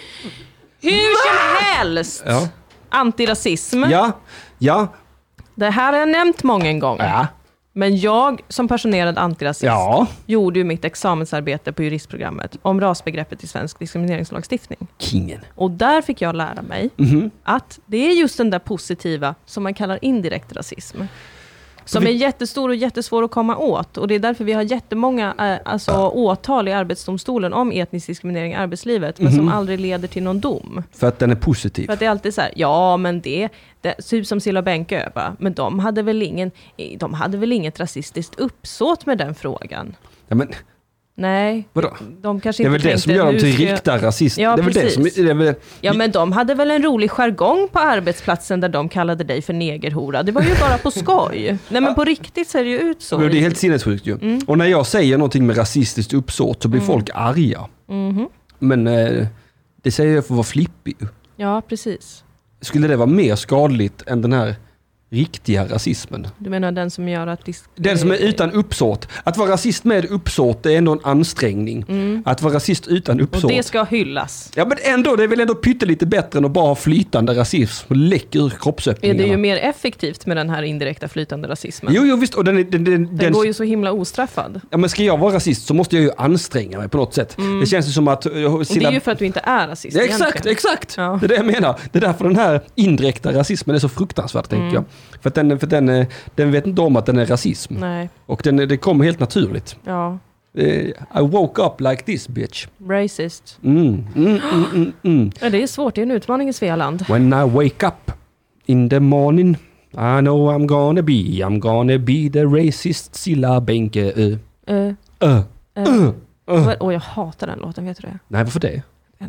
Hur som helst. Ja. Antirasism. Ja, ja. Det här har jag nämnt många gånger. Ja. Men jag som passionerad antirasist ja. gjorde ju mitt examensarbete på juristprogrammet om rasbegreppet i svensk diskrimineringslagstiftning. Kingen. Och där fick jag lära mig mm-hmm. att det är just den där positiva som man kallar indirekt rasism. Som är jättestor och jättesvår att komma åt. Och det är därför vi har jättemånga äh, alltså, ja. åtal i arbetsdomstolen om etnisk diskriminering i arbetslivet. Men mm-hmm. som aldrig leder till någon dom. För att den är positiv. För att det är alltid så här, ja men det, det typ som Silla Bänke, men de hade väl ingen, de hade väl inget rasistiskt uppsåt med den frågan. Ja men... Nej, vadå? De kanske det är inte väl det som gör dem till ska... riktiga rasister. Ja, det är väl det som, det är väl... ja, men de hade väl en rolig jargong på arbetsplatsen där de kallade dig för negerhora. Det var ju bara på skoj. Nej, men på riktigt ser det ju ut så. Det är helt sinnessjukt ju. Mm. Och när jag säger någonting med rasistiskt uppsåt så blir mm. folk arga. Mm. Men eh, det säger jag för att vara flippig. Ja, precis. Skulle det vara mer skadligt än den här riktiga rasismen? Du menar den som gör att... Disk- den som är utan uppsåt. Att vara rasist med uppsåt är ändå en ansträngning. Mm. Att vara rasist utan uppsåt. Och det ska hyllas. Ja men ändå, det är väl ändå pyttelite bättre än att bara ha flytande rasism och läcker ur kroppsöppningarna. Är det ju mer effektivt med den här indirekta flytande rasismen? Jo, jo visst. Och den, den, den, den, den går ju så himla ostraffad. Ja men ska jag vara rasist så måste jag ju anstränga mig på något sätt. Mm. Det känns ju som att... Jag, sina... Det är ju för att du inte är rasist ja, exakt, egentligen. exakt. Ja. Det är det jag menar. Det är därför den här indirekta rasismen är så fruktansvärd, mm. tänker jag. För att den, för den, den vet inte om att den är rasism. Nej. Och den, det kommer helt naturligt. Ja. I woke up like this bitch. Racist. Mm, mm, mm, mm, mm. Ja, det är svårt, det är en utmaning i Svealand. When I wake up in the morning I know I'm gonna be I'm gonna be the racist Silla Bänke. Ö. Ö. Ö. Ö. Åh, jag hatar den låten, vet du det? Nej, varför det?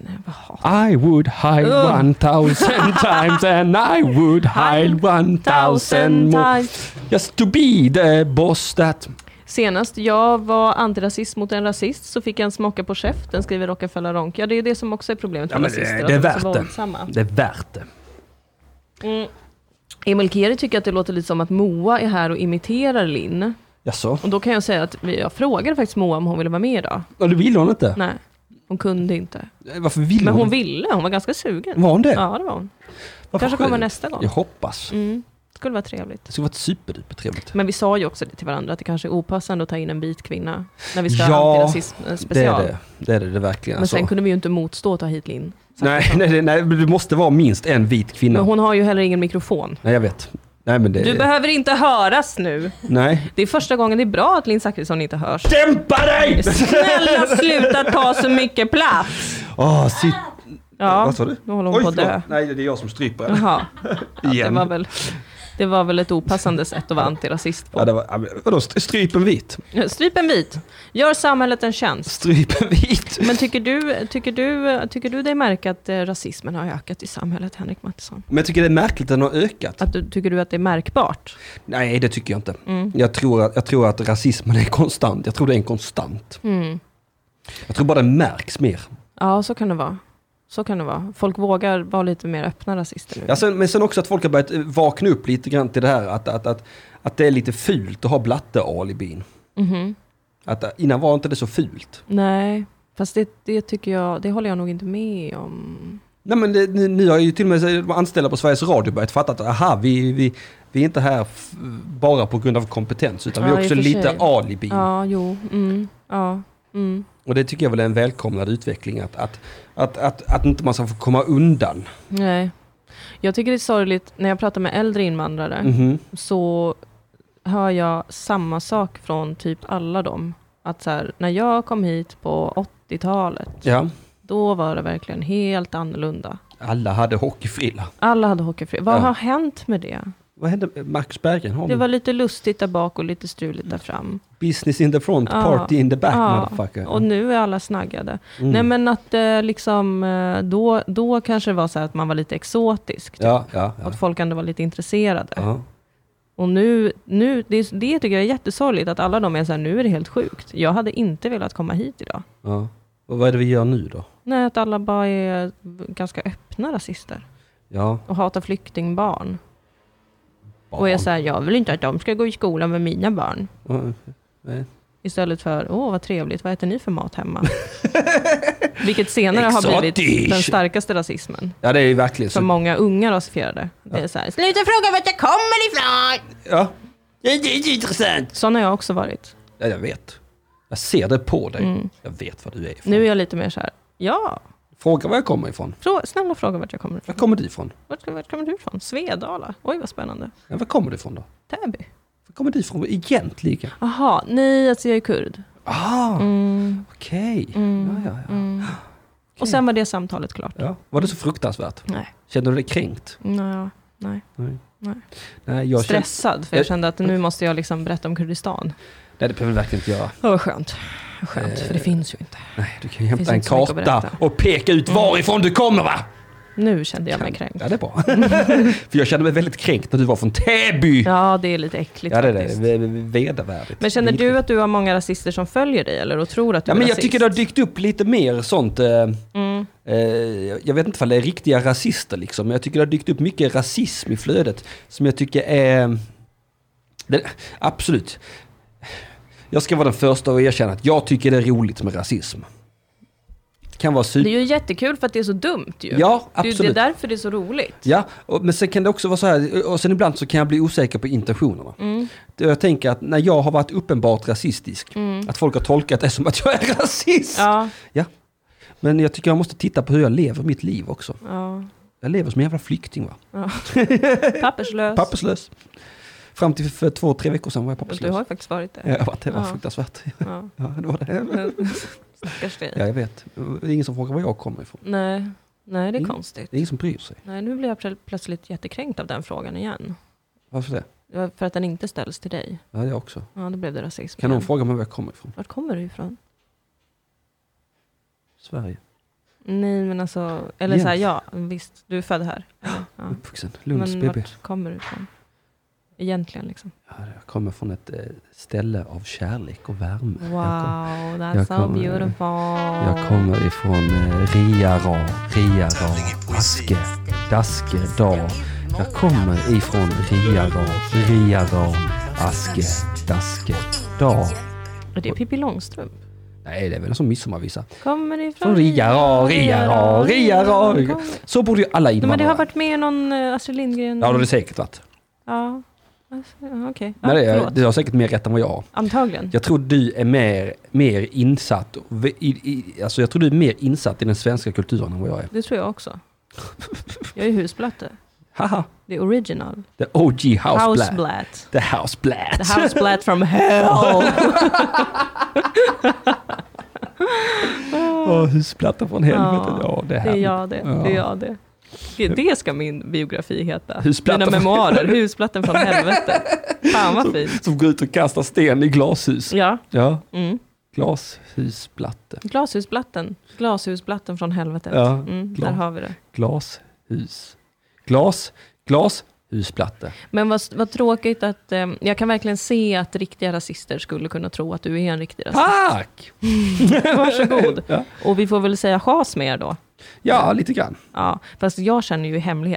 I would hide uh. one thousand times and I would hide one thousand more just to be the boss that... Senast jag var antirasist mot en rasist så fick jag en smocka på käften, skriver Rockefeller Ronk. Ja, det är det som också är problemet med ja, rasister. Det, det är värt det. Det är värt det. Mm. Emil Keri tycker att det låter lite som att Moa är här och imiterar Linn. Jaså? Och då kan jag säga att jag frågade faktiskt Moa om hon ville vara med idag. Ja, det ville hon inte? Nej. Hon kunde inte. Varför ville hon? Men hon ville, hon var ganska sugen. Var hon det? Ja, det var hon. Varför kanske kommer nästa gång. Jag hoppas. Mm. Det skulle vara trevligt. Det skulle vara superduper trevligt. Men vi sa ju också det till varandra att det kanske är opassande att ta in en vit kvinna när vi ska ha antirasism special. det är det. Det är det, det är verkligen. Men sen alltså. kunde vi ju inte motstå att ta hit Linn. Nej, nej, nej, det måste vara minst en vit kvinna. Men hon har ju heller ingen mikrofon. Nej, jag vet. Nej, men det... Du behöver inte höras nu. Nej. Det är första gången det är bra att Linn Zachrisson inte hörs. Dämpa dig! Snälla, sluta ta så mycket plats. Åh, oh, sitt... Ja, vad sa du? Nu håller hon Oj, på att dö. Nej, det är jag som stryper. Jaha. Ja, det var väl... Det var väl ett opassande sätt att vara antirasist på. Ja, det var, vadå, strypen vit? Strypen vit. Gör samhället en tjänst. Strypen vit. Men tycker du, tycker du, tycker du det märker att rasismen har ökat i samhället, Henrik Mattisson? Men jag tycker det är märkligt att den har ökat. Att du, tycker du att det är märkbart? Nej, det tycker jag inte. Mm. Jag, tror att, jag tror att rasismen är konstant. Jag tror det är en konstant. Mm. Jag tror bara det märks mer. Ja, så kan det vara. Så kan det vara. Folk vågar vara lite mer öppna rasister nu. Ja, sen, men sen också att folk har börjat vakna upp lite grann till det här att, att, att, att det är lite fult att ha blatte-alibin. Mm-hmm. Att innan var inte det så fult. Nej, fast det, det tycker jag, det håller jag nog inte med om. Nej, men det, nu, nu har ju till och med anställda på Sveriges Radio börjat fatta att aha, vi, vi, vi är inte här f- bara på grund av kompetens, utan ja, vi är också lite sig. alibi. Ja, jo. Mm, ja. Mm. Och det tycker jag väl är en välkomnad utveckling, att, att, att, att, att inte man ska få komma undan. Nej. Jag tycker det är sorgligt, när jag pratar med äldre invandrare mm-hmm. så hör jag samma sak från typ alla dem. Att så här, när jag kom hit på åttiotalet, ja. Då var det verkligen helt annorlunda. Alla hade hockeyfrilla. Alla hade hockeyfrilla. Vad ja. har hänt med det? Vad hände med Max Bergen? Det var lite lustigt där bak och lite struligt där fram. Business in the front, ja. party in the back, ja. motherfucker. Och nu är alla snaggade. Mm. Nej, men att eh, liksom, då, då kanske det var så här att man var lite exotisk. Typ. Ja, ja, ja. Att folk ändå var lite intresserade. Ja. Och nu, nu det, det tycker jag är jättesorgligt att alla de är så här, nu är det helt sjukt. Jag hade inte velat komma hit idag. Ja. Och vad är det vi gör nu då? Nej, att alla bara är ganska öppna rasister. Ja. Och hatar flyktingbarn. Barn. Och är så här, jag vill inte att de ska gå i skolan med mina barn. Mm. Nej. Istället för, åh vad trevligt, vad äter ni för mat hemma? Vilket senare har blivit den starkaste rasismen. Ja, det är ju verkligen så. Som många unga rasifierade. Ja. Det är så här, sluta fråga vart jag kommer ifrån! Ja, det är, det är intressant. Sån har jag också varit. Ja, jag vet. Jag ser det på dig. Mm. Jag vet vad du är ifrån. Nu är jag lite mer så här, ja. Fråga var jag kommer ifrån. Frå, snälla fråga vart jag kommer ifrån. Var kommer du ifrån? Vart, vart kommer du ifrån? Svedala. Oj, vad spännande. Ja, var kommer du ifrån då? Täby. Var kommer du ifrån egentligen? Aha, nej, alltså jag är kurd. Ah, mm. okej. Okay. Mm. Ja, ja, ja. Mm. Okay. Och sen var det samtalet klart. Ja. Var det så fruktansvärt? Nej. Kände du dig kränkt? Nej, nej. nej. nej. nej jag Stressad, kände... för jag kände att nu måste jag liksom berätta om Kurdistan. Nej, det behöver jag verkligen inte göra. Det var skönt. Skönt, eh, för det finns ju inte. Nej, du kan ju hämta en karta och peka ut varifrån mm. du kommer, va? Nu kände jag mig kränkt. Ja, det är bra. För jag kände mig väldigt kränkt när du var från Täby. Ja, det är lite äckligt ja, det är faktiskt. Det är vedervärdigt. Men känner du att du har många rasister som följer dig eller och tror att du ja, är men jag rasist? tycker det har dykt upp lite mer sånt. Eh, mm. eh, jag vet inte om det är riktiga rasister liksom. Men jag tycker det har dykt upp mycket rasism i flödet. Som jag tycker är... Det, absolut. Jag ska vara den första att erkänna att jag tycker det är roligt med rasism. Kan vara super... Det är ju jättekul för att det är så dumt ju. Ja, absolut. Det är därför det är så roligt. Ja, och, men sen kan det också vara så här, och sen ibland så kan jag bli osäker på intentionerna. Mm. Jag tänker att när jag har varit uppenbart rasistisk, mm. att folk har tolkat det som att jag är rasist. Ja. Ja. Men jag tycker jag måste titta på hur jag lever mitt liv också. Ja. Jag lever som en jävla flykting, va? Ja. Papperslös. Papperslös. Fram till för två, tre veckor sedan var jag papperslös. Du har faktiskt varit det. Ja, jag har varit det. Det var ja. fruktansvärt. Ja. Ja, det var det. Ja, jag vet. Det är ingen som frågar var jag kommer ifrån. Nej, Nej det är ingen, konstigt. Det är ingen som bryr sig. Nej, nu blir jag plötsligt jättekränkt av den frågan igen. Varför det? För att den inte ställs till dig. Ja, jag också. Ja, då blev det rasism. Kan någon fråga mig var jag kommer ifrån? Vart kommer du ifrån? Sverige. Nej, men alltså... Eller så här, ja, visst. Du är född här. Eller? Ja. Uppvuxen. Lunds men B B. Vart kommer du ifrån? Egentligen liksom. Ja, jag kommer från ett ställe av kärlek och värme. Wow, kom, that's so kommer, beautiful. Jag kommer ifrån eh, Riara, Riara, Aske, Daske, Dag. Jag kommer ifrån Riara, Riara, Aske, Daske, Dag. Och det är Pippi Långstrump. Nej, det är väl som midsommarvisa. Kommer ifrån Från Riara, Riara, Riara. Så borde ju alla invandrare. Men det har varit med någon uh, Astrid Lindgren. Ja, det har det säkert varit. Ja. Okej. Okay. Ja, det, är, det har säkert mer rätt än vad jag har. Antagligen. Jag tror du är mer, mer insatt. I, i, alltså jag tror du är mer insatt i den svenska kulturen än vad jag är. Det tror jag också. Jag är husplatte. Haha. The original. The O G house Houseblatt. The houseblatt. The houseblatt from hell. Åh, oh, husplatta från helvetet. Ja, ja, det, är det är jag det. Ja. Det är jag det. Det ska min biografi heta. Husplatten Mina memoarer. Husplatten från helvetet. Fan vad fint. Som, som går ut och kastar sten i glashus. Ja. Ja. Mm. Glashusplatte. Glashusplatten. Glashusplatten från helvetet. Ja. Mm, där har vi det. Glashus. Glas. Glas. Husplatte. Men vad, vad tråkigt att eh, jag kan verkligen se att riktiga rasister skulle kunna tro att du är en riktig rasist. Tack! Varsågod. Ja. Och vi får väl säga chas med er då. Ja, lite grann. Ja, fast jag känner ju i hemlighet.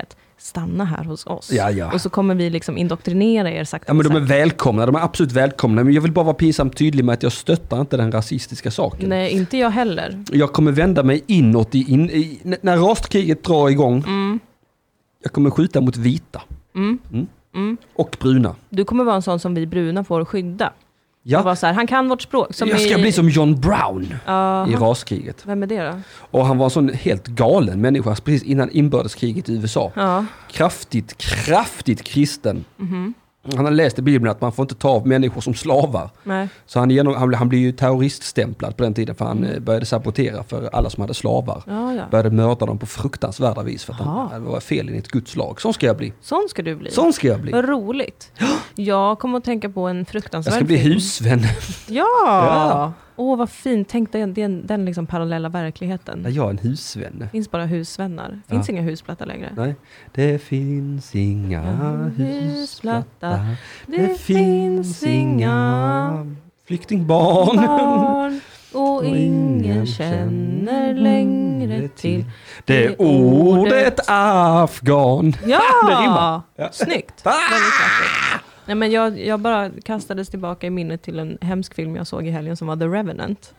stanna här hos oss. Ja, ja. Och så kommer vi liksom indoktrinera er sakta. Ja, men de är välkomna, de är absolut välkomna. Men jag vill bara vara pinsamt tydlig med att jag stöttar inte den rasistiska saken. Nej, inte jag heller. Jag kommer vända mig inåt i, in, i när raskriget drar igång. Mm. Jag kommer skjuta mot vita. Mm. Mm. Mm. Och bruna. Du kommer vara en sån som vi bruna får skydda. Ja. Vara så här, han kan vårt språk. Som jag ska i... bli som John Brown uh, i raskriget. Vem är det då? Och han var en sån helt galen människa precis innan inbördeskriget i U S A. Ja. Kraftigt, kraftigt kristen. Mm-hmm. Han har läst i Bibeln att man får inte ta av människor som slavar. Nej. Så han, genom, han, han blev ju terroriststämplad på den tiden för han mm. började sabotera för alla som hade slavar. Ja, ja. Började mörda dem på fruktansvärda vis för att han, det var fel enligt Guds lag. Sån ska jag bli. Sån ska du bli. Sån ska jag bli. Vad roligt. Jag kommer att tänka på en fruktansvärd Jag ska bli film. husvän. Ja! Ja. Åh, vad fint. Tänk dig den, den liksom parallella verkligheten. Ja, jag är en husvän. Det finns bara husvänner. Finns Ja. inga husplattor längre. Nej, det finns inga husplattor. Det, det finns inga flyktingbarn. Barn, och ingen känner längre till det är ordet afghan. Ja! Det rimmar. Ja. Snyggt. Ah! Väldigt kraftigt. Nej, men jag, jag bara kastades tillbaka i minnet till en hemsk film jag såg i helgen som var The Revenant.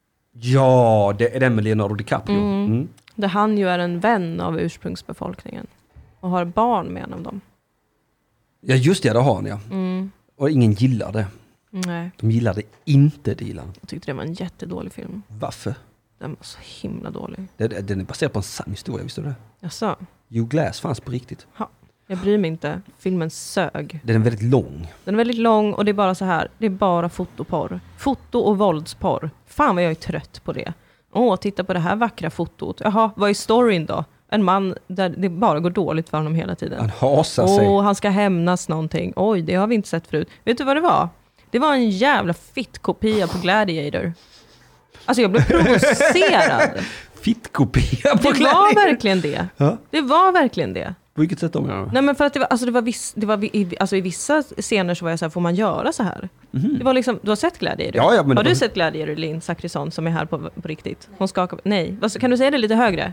Ja, det är den med Leonardo DiCaprio. Mm. Mm. Där han ju är en vän av ursprungsbefolkningen. Och har barn med en av dem. Ja, just det, det har han, ja. Mm. Och ingen gillar det. Nej, De gillade inte Dilan. jag tyckte det var en jättedålig film. Varför? Den var så himla dålig. Det- Den är baserad på en sann historia, visste du det? Jag sa, Hugh Glass fanns på riktigt. jag bryr mig inte. Filmen sög. Den är väldigt lång. Den är väldigt lång och det är bara så här. Det är bara fotoporr. Foto och våldsporr. Fan vad jag är trött på det. Åh, titta på det här vackra fotot. Jaha, vad är storyn då? En man där det bara går dåligt för honom hela tiden. Han hasar sig. Åh, han ska hämnas någonting. Oj, det har vi inte sett förut. Vet du vad det var? Det var en jävla fitt-kopia på Gladiator. Alltså jag blev provocerad. Fittkopia på Det var verkligen det. Ja. Det var verkligen det. På vilket sätt de gör det? Nej, men för att det var, alltså det var, viss, det var vi- i, alltså i vissa scener så var jag så här, får man göra så här? Mhm. Det var liksom, du har sett Gladiator? Ja, ja, men har det du var- sett Gladiator, Linn Zachrisson, som är här på, på riktigt? Hon skakar, nej. Vad- Kan du säga det lite högre?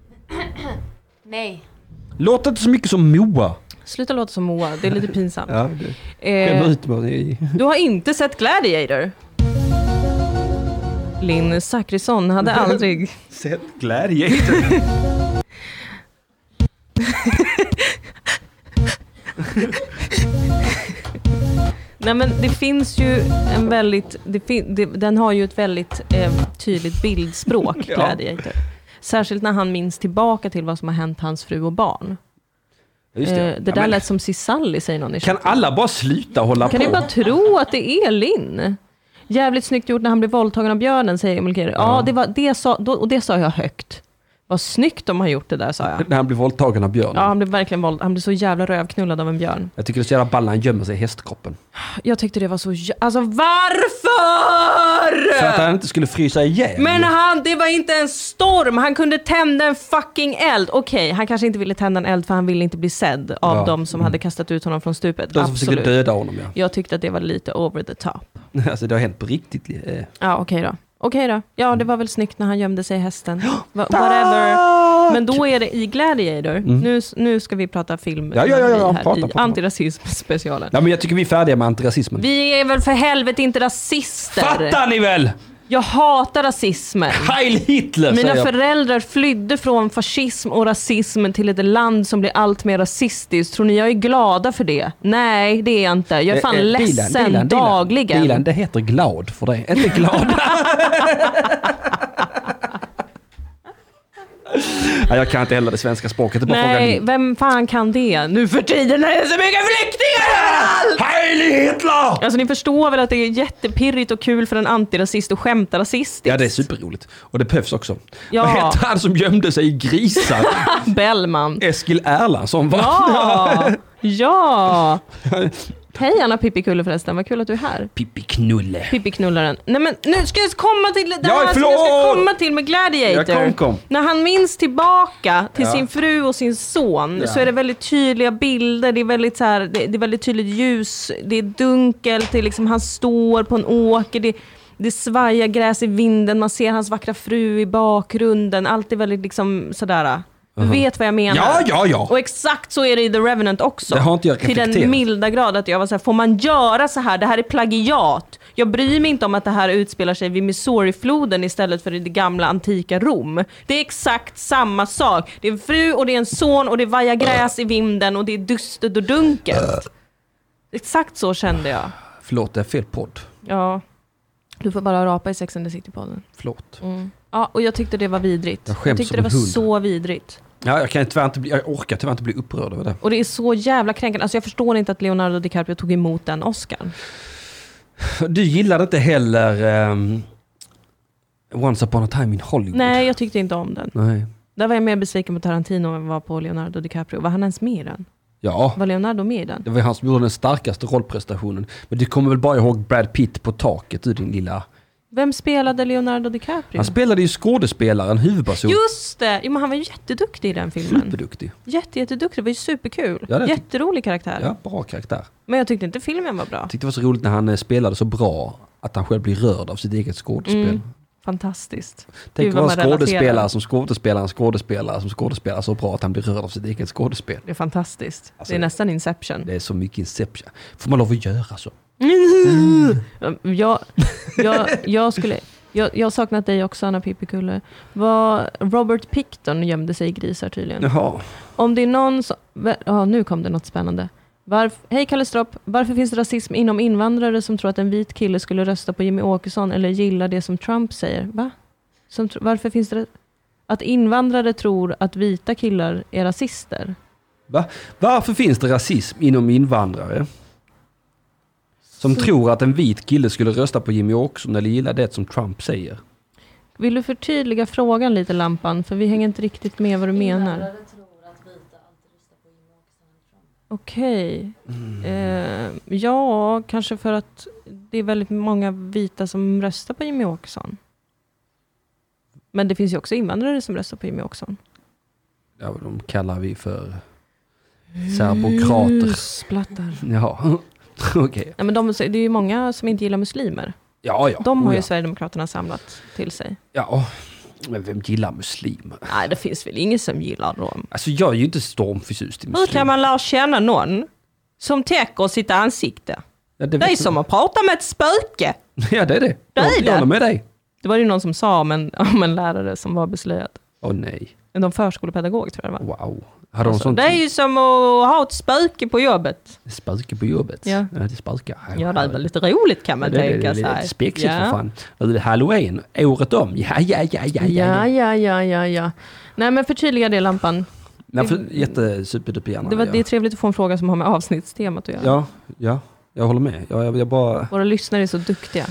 Nej. Låter inte så mycket som Moa. Sluta låta som Moa, det är lite pinsamt. Ja, det skämmer eh, ut mig. du har inte sett Gladiator? Linn Zachrisson hade aldrig... Sett Gladiator. Nej, men det finns ju en väldigt... Det fin, det, den har ju ett väldigt eh, tydligt bildspråk, Ja. Gladiator. Särskilt när han minns tillbaka till vad som har hänt hans fru och barn. Just det. Eh, det Ja, där men lät som Cisalli, säger någon i kan chatten. alla bara sluta hålla Kan på? ni bara tro att det är Linn? Jävligt snyggt gjort när han blev våldtagen av björnen, säger Emil Keri. Ja, Ja. det, var, det, sa, då, och det sa jag högt. Vad snyggt de har gjort det där, sa jag. När han blir våldtagen av björnen. Ja, han blev verkligen våld. Han blev så jävla rövknullad av en björn. Jag tycker det är så jävla ball när han gömmer sig i hästkroppen. Jag tyckte det var så... jä- Alltså varför? För att han inte skulle frysa ihjäl. Men han, det var inte en storm. Han kunde tända en fucking eld. Okej, han kanske inte ville tända en eld för han ville inte bli sedd av Ja. de som hade kastat ut honom från stupet. De som försöker Absolut. döda honom, ja. Jag tyckte att det var lite over the top. Alltså det har hänt på riktigt. Eh. Ja, okej då. Okej då. Ja, det var väl snyggt när han gömde sig i hästen. Va- whatever. Men då är det i Gladiator. Mm. Nu, nu ska vi prata film. Ja, ja, ja, ja. här Prata, i prata. antirasism-specialen. Ja, men jag tycker vi är färdiga med antirasismen. Vi är väl för helvete inte rasister. Fattar ni väl? Jag hatar rasismen. Heil Hitler, Mina säger jag. föräldrar flydde från fascism och rasism till ett land som blir allt mer rasistiskt. Tror ni jag är glada för det? Nej, det är jag inte. Jag är fan Eh, eh, Dilan, ledsen Dilan, Dilan, dagligen. Dilan, det heter glad för dig. Inte glad. Ja, jag kan inte heller det svenska språket. Det är bara frågan Nej, min. vem fan kan det? Nu för tiden är det så mycket flyktingar överallt! Heil Hitler! Alltså ni förstår väl att det är jättepirrigt och kul för en antirasist att skämta rasistiskt? Ja, det är superroligt. Och det behövs också. Ja. Vad hette han som gömde sig i grisar? Bellman. Eskil Erlandsson, va? Ja! Ja! Hej Anna Pippikulle förresten, vad kul att du är här. Pippi Knulle. Pippiknullaren. Nej men nu ska jag komma till det Ja, här som jag ska förlåt! komma till med Gladiator. Ja, kom, kom. När han minns tillbaka till Ja. sin fru och sin son Ja. så är det väldigt tydliga bilder, det är väldigt, så här, det, det är väldigt tydligt ljus, det är dunkelt, det är liksom, han står på en åker, det, det svajar gräs i vinden, man ser hans vackra fru i bakgrunden, allt är väldigt liksom sådär. Du uh-huh. vet vad jag menar. Ja, ja, ja. Och exakt så är det i The Revenant också. Det har inte jag reflekterat. Till den milda grad att jag var så här, får man göra så här? Det här är plagiat. Jag bryr mig inte om att det här utspelar sig vid Missouri-floden istället för i det gamla antika Rom. Det är exakt samma sak. Det är en fru och det är en son och det vajar gräs i vinden och det är dustet och dunkelt. Exakt så kände jag. Förlåt, det är fel podd. Ja. Du får bara rapa i Sex and the City-podden. Förlåt. Mm. Ja, och jag tyckte det var vidrigt. Jag, jag tyckte det var hund. så vidrigt. Ja, jag, kan tyvärr inte bli, jag orkar tyvärr inte bli upprörd över det. Och det är så jävla kränkande. Alltså jag förstår inte att Leonardo DiCaprio tog emot den Oscar. Du gillade inte heller um, Once upon a time in Hollywood. Nej, jag tyckte inte om den. Nej. Där var jag mer besviken på Tarantino än jag var på Leonardo DiCaprio. Var han ens med i den? Ja. Var Leonardo med i den? Det var han som gjorde den starkaste rollprestationen. Men du kommer väl bara ihåg Brad Pitt på taket, i din lilla... Vem spelade Leonardo DiCaprio? Han spelade ju skådespelaren, huvudperson. Just det! Jo, men han var ju jätteduktig i den filmen. Superduktig. Jätte, jätteduktig. Det var ju superkul. Ja, jätterolig karaktär. Ja, bra karaktär. Men jag tyckte inte filmen var bra. Jag tyckte det var så roligt när han spelade så bra att han själv blir rörd av sitt eget skådespel. Mm. Fantastiskt. Tänk att vara en skådespelare som skådespelare, en skådespelare som skådespelare så bra att han blir rörd av sitt eget skådespel. Det är fantastiskt. Alltså, det är nästan Inception. Det är så mycket Inception. Får man lov att göra så? Mm. Jag, jag, jag skulle... Jag, jag har saknat dig också, Anna Pippikulle. Var Robert Picton gömde sig i grisar tydligen. Jaha. Om det är någon som... Ja, nu kom det något spännande. Varf, Hej Kalle Stropp, varför finns det rasism inom invandrare som tror att en vit kille skulle rösta på Jimmy Åkesson eller gilla det som Trump säger? Va? Som, varför finns det... Att invandrare tror att vita killar är rasister? Va? Varför finns det rasism inom invandrare? Som så. Tror att en vit kille skulle rösta på Jimmy Åkesson eller gilla det som Trump säger. Vill du förtydliga frågan lite, Lampan? För vi hänger inte riktigt med vad du menar. Invandrare tror att vita alltid röstar på Jimmy Åkesson eller Trump. Okej. Okay. Mm. Eh, ja, kanske för att det är väldigt många vita som röstar på Jimmy Åkesson. Men det finns ju också invandrare som röstar på Jimmy Åkesson. Ja, de kallar vi för serbokrater. Splattar. Ja. Okay. Ja, men de, det är ju många som inte gillar muslimer. Ja, ja. De har ju ja. Sverigedemokraterna samlat till sig. Ja, men vem gillar muslimer? Nej, det finns väl ingen som gillar dem. Alltså jag är ju inte stormförtjust i muslimer. Hur kan man lära känna någon som täcker sitt ansikte? Ja, det, det är som att prata med ett spöke. Ja, det är det. Det är jag, det. Jag med dig. Det var ju någon som sa om en, om en lärare som var beslöjad. Åh oh, nej. En förskolepedagog tror jag det var. Wow. Hade alltså, sånt... Det är ju som att ha ett spöke på jobbet. Spöke på jobbet? Ja. Ja, det spöke. Ja, det är väl lite roligt kan man ja, det, tänka det, sig. Det är spexigt ja. För fan. Det är Halloween, året om. Ja, ja, ja, ja, ja. Ja, ja, ja, ja, ja. Nej, men förtydliga det, Lampan. Nej, för, jättesuperduper gärna. Det, var, ja. det är trevligt att få en fråga som har med avsnittstemat att göra. Ja, ja. Jag håller med. Jag, jag, jag bara... Våra lyssnare är så duktiga.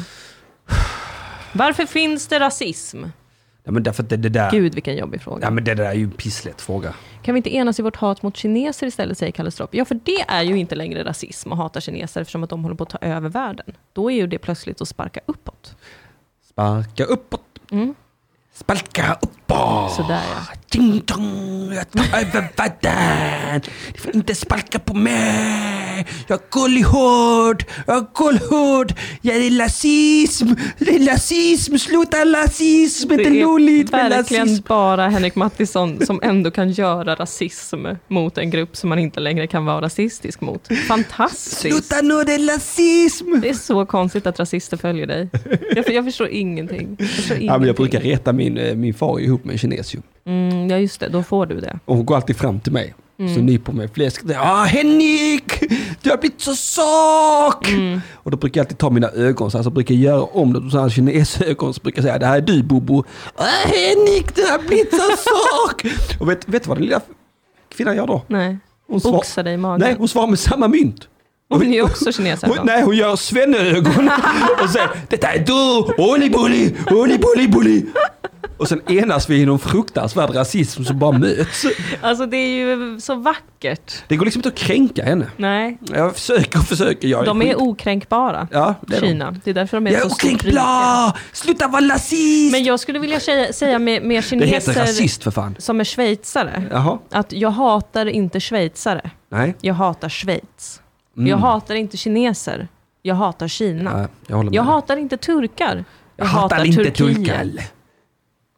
Varför finns det rasism? Ja, men därför det, det där... Gud, vilken jobbig fråga. Ja, men det där är ju en pisslätt fråga. Kan vi inte enas i vårt hat mot kineser istället, säger Kalle Stropp? Ja, för det är ju inte längre rasism att hata kineser eftersom att de håller på att ta över världen. Då är ju det plötsligt att sparka uppåt. Sparka uppåt. Mm. Sparka uppåt. Sådär ja. Ding dong, jag tar över världen. Du får inte sparka på mig. Jag är gullihård. Jag är gullihård. Jag är rasism. Det är rasism. Sluta rasism. Det är roligt med rasism. Det är verkligen bara Henrik Mattisson som ändå kan göra rasism mot en grupp som man inte längre kan vara rasistisk mot. Fantastiskt. Sluta nu, det är rasism. Det är så konstigt att rasister följer dig. Jag, jag förstår ingenting. Jag, förstår ingenting. Ja, men jag brukar reta min, min far ihop med en kines ju. Mm, ja just det, då får du det. Och hon går alltid fram till mig. Mm. Så nyper mig fläsk. Ja, Henrik! Du har blivit så sak! Mm. Och då brukar jag alltid ta mina ögon så, här, så brukar jag göra om det. Så här kinesögon så brukar jag säga, det här är du Bobo. Henrik, du har blivit så sak! Och vet, vet du vad den lilla kvinnan gör då? Nej, hon boxar dig i magen. Nej, hon svarar med samma mynt. Hon är också kinesögon. Hon, nej, hon gör svenneögon. Och säger, detta är du! Oli bulli! Oli bulli bulli! Och sen enas vi i någon fruktansvärd rasism som bara möts. Alltså det är ju så vackert. Det går liksom inte att kränka henne. Nej. Jag försöker och försöker. Jag är de är skit. okränkbara. Ja, det är Kina. De. Det är därför de är jag så okränkbara! Sluta vara rasist! Men jag skulle vilja säga, säga med, med kineser det heter rasist för fan. Som är schweizare. Jaha. Att jag hatar inte schweizare. Nej. Jag hatar Schweiz. Mm. Jag hatar inte kineser. Jag hatar Kina. Ja, jag håller med. Jag hatar inte turkar. Jag, jag hatar, hatar inte Turkiet. turkar.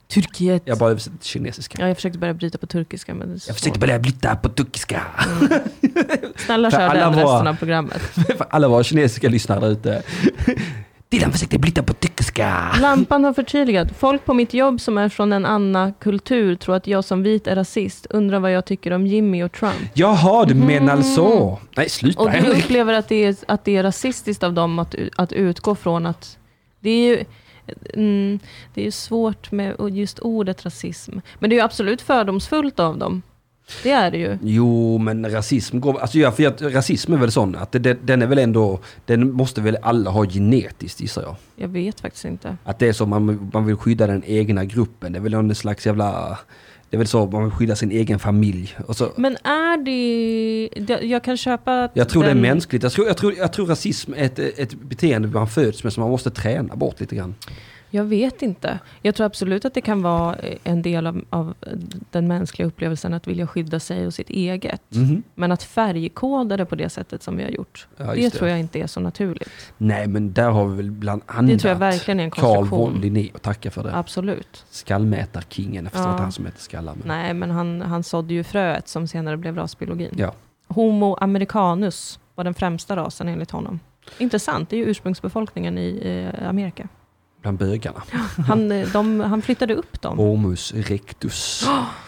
Turkiet. Jag bara översätter till kinesiska. Ja, jag försökte börja bryta på turkiska. Men det är jag försökte börja bryta på turkiska. Mm. Snälla kör den var, resten av programmet. För alla våra kinesiska lyssnare där ute. Dylan försökte bryta på turkiska. Lampan har förtydligat. Folk på mitt jobb som är från en annan kultur tror att jag som vit är rasist. Undrar vad jag tycker om Jimmy och Trump. Jaha, du menar mm. så. Nej, sluta. Och du upplever att det är, att det är rasistiskt av dem att, att utgå från att det är ju mm, det är ju svårt med just ordet rasism. Men det är ju absolut fördomsfullt av dem. Det är det ju. Jo, men rasism går... Alltså ja, för att rasism är väl sån att det, den är väl ändå... Den måste väl alla ha genetiskt, gissar jag. Jag vet faktiskt inte. Att det är så man, man vill skydda den egna gruppen. Det är väl en slags jävla... Det är väl så man vill skydda sin egen familj. Och så, men är det... Jag kan köpa... Att jag tror den... det är mänskligt. Jag tror, jag tror, jag tror rasism är ett, ett beteende man föds med som man måste träna bort lite grann. Jag vet inte. Jag tror absolut att det kan vara en del av, av den mänskliga upplevelsen att vilja skydda sig och sitt eget. Mm-hmm. Men att färgkoda det på det sättet som vi har gjort, ja, det, det tror jag inte är så naturligt. Nej, men där har vi väl bland annat det tror jag verkligen är en konstruktion. Carl von Linné, och tacka för det. Absolut. Skallmätarkingen, jag förstår ja. att han som heter skallar. Men... Nej, men han, han sådde ju fröet som senare blev rasbiologin. Ja. Homo americanus var den främsta rasen enligt honom. Intressant, det är ju ursprungsbefolkningen i eh, Amerika. Bland bögarna. Han, de, han flyttade upp dem. Homus erectus.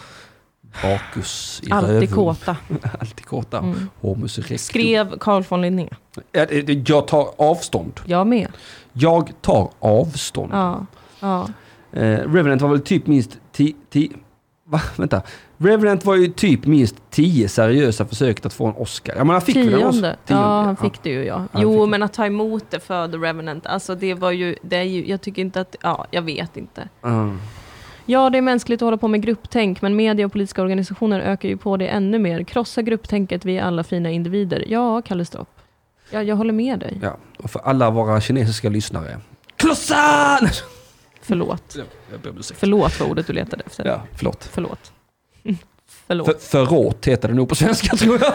Bacchus i Alltid rövum. kåta. Alltid kåta. Mm. Homus erectus. Skrev Carl von Linné. Jag tar avstånd. Jag med. Jag tar avstånd. Ja. Ja. Eh, Revenant var väl typ minst tio... Ti, va? Vänta. Revenant var ju typ minst tio seriösa försök att få en Oscar. Ja, men han fick Tionde. väl en Oscar. Tionde. Ja, han fick ja. det ju, ja. Han jo, fick men att ta emot det för The Revenant, alltså det var ju, det är ju, jag tycker inte att, ja, jag vet inte. Mm. Ja, det är mänskligt att hålla på med grupptänk, men media och politiska organisationer ökar ju på det ännu mer. Krossa grupptänket, vi är alla fina individer. Ja, Kalle Stropp. Ja, jag håller med dig. Ja, och för alla våra kinesiska lyssnare. Krossa! Förlåt. Ja, jag ber om ursäkt. Förlåt för ordet du letade efter. Ja, förlåt. Förlåt. Förlåt. För, förråt heter det nog på svenska, tror jag.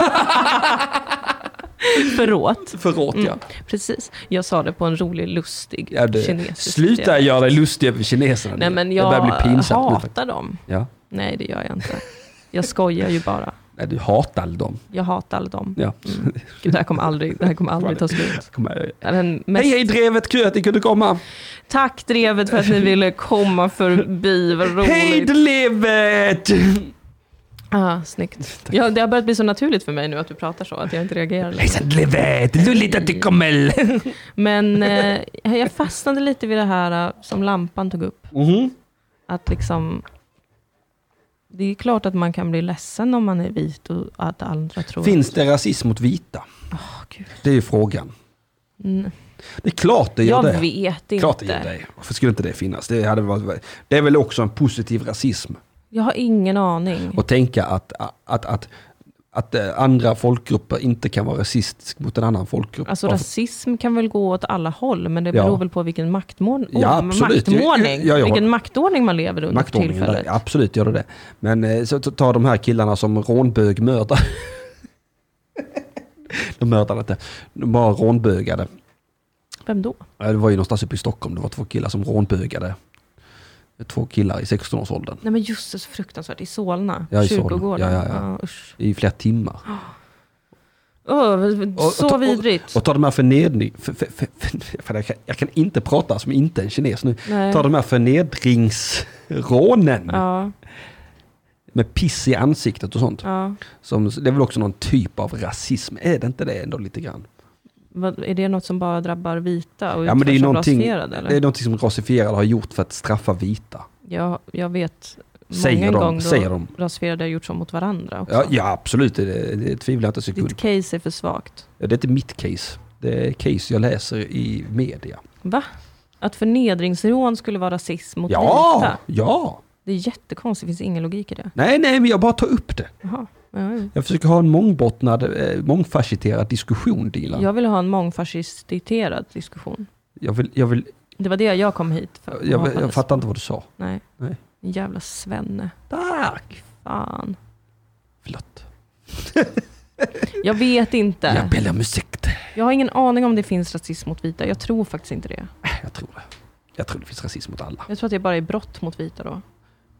Förråt. Förråt, ja. Mm, precis. Jag sa det på en rolig, lustig ja, det, kinesisk. Sluta göra dig lustig över kineserna. Nej, men jag det bli pinsamt hatar nu, dem. Ja. Nej, det gör jag inte. Jag skojar ju bara. Nej, du hatar dem. Jag hatar dem. Ja. Mm. Gud, det här kommer aldrig, det här kommer aldrig ta slut. Den mest... Hej, hej Drevet, kul att ni kunde komma. Tack Drevet för att ni ville komma förbi, vad roligt. Hej Drevet! Ah, snyggt. Ja, det har börjat bli så naturligt för mig nu att du pratar så, att jag inte reagerar. Hejsan Drevet, lulligt att du kommer. Men eh, jag fastnade lite vid det här som Lampan tog upp. Mm-hmm. Att liksom... Det är klart att man kan bli ledsen om man är vit och att andra tror... Finns det rasism mot vita? Oh, Gud. Det är ju frågan. Mm. Det är klart det gör jag det. Jag vet inte. Klart det gör det. Varför skulle inte det finnas? Det, hade varit, det är väl också en positiv rasism. Jag har ingen aning. Och tänka att, att, att, att andra folkgrupper inte kan vara rasistisk mot en annan folkgrupp. Alltså rasism kan väl gå åt alla håll, men det beror ja. väl på vilken maktmån- ja, absolut. maktmålning. Ja, ja, vilken maktordning man lever under för tillfället. Ja, absolut gör det det. Men så tar de här killarna som rånbög mördar. De mördar inte. De bara rånbögade. Vem då? Det var ju någonstans uppe i Stockholm. Det var två killar som rånbögade. Två killar i sexton-årsåldern. Nej, men just det, så fruktansvärt. I Solna. Ja, i Kyrkogården. Ja, ja, ja. Ah, i flera timmar. Oh, så och, vidrigt. Och, och ta de här förnedring... För, för, för, för, för jag, kan, jag kan inte prata som inte en kines nu. Nej. Ta de här förnedringsrånen. Ja. Med piss i ansiktet och sånt. Ja. Som, det är väl också någon typ av rasism. Är det inte det ändå lite grann? Vad, är det något som bara drabbar vita och ja, men det är någonting, eller? Det är någonting som rasifierade har gjort för att straffa vita. Ja, jag vet säger många de, gånger säger de. rasifierade har gjort så mot varandra också. Ja, ja absolut. Det, det tvivlar jag inte sekund. Ditt case är för svagt. Ja, det är inte mitt case. Det är case jag läser i media. Va? Att förnedringsrån skulle vara rasism mot ja, vita? Ja, det är jättekonstigt. Det finns ingen logik i det. Nej, nej, men jag bara tar upp det. Jaha. Ja, ja. Jag försöker ha en mångbottnad, eh, mångfacetterad diskussion, Dilan. Jag vill ha en mångfacetterad diskussion. Jag vill, jag vill... Det var det jag kom hit för. Jag, jag fattar inte vad du sa. Nej. nej. En jävla svenne. Tack. Fan. Förlåt. Jag vet inte. Jag ber om ursäkt. Jag har ingen aning om det finns rasism mot vita. Jag tror faktiskt inte det. Jag tror det. Jag tror det finns rasism mot alla. Jag tror att det bara är brott mot vita då.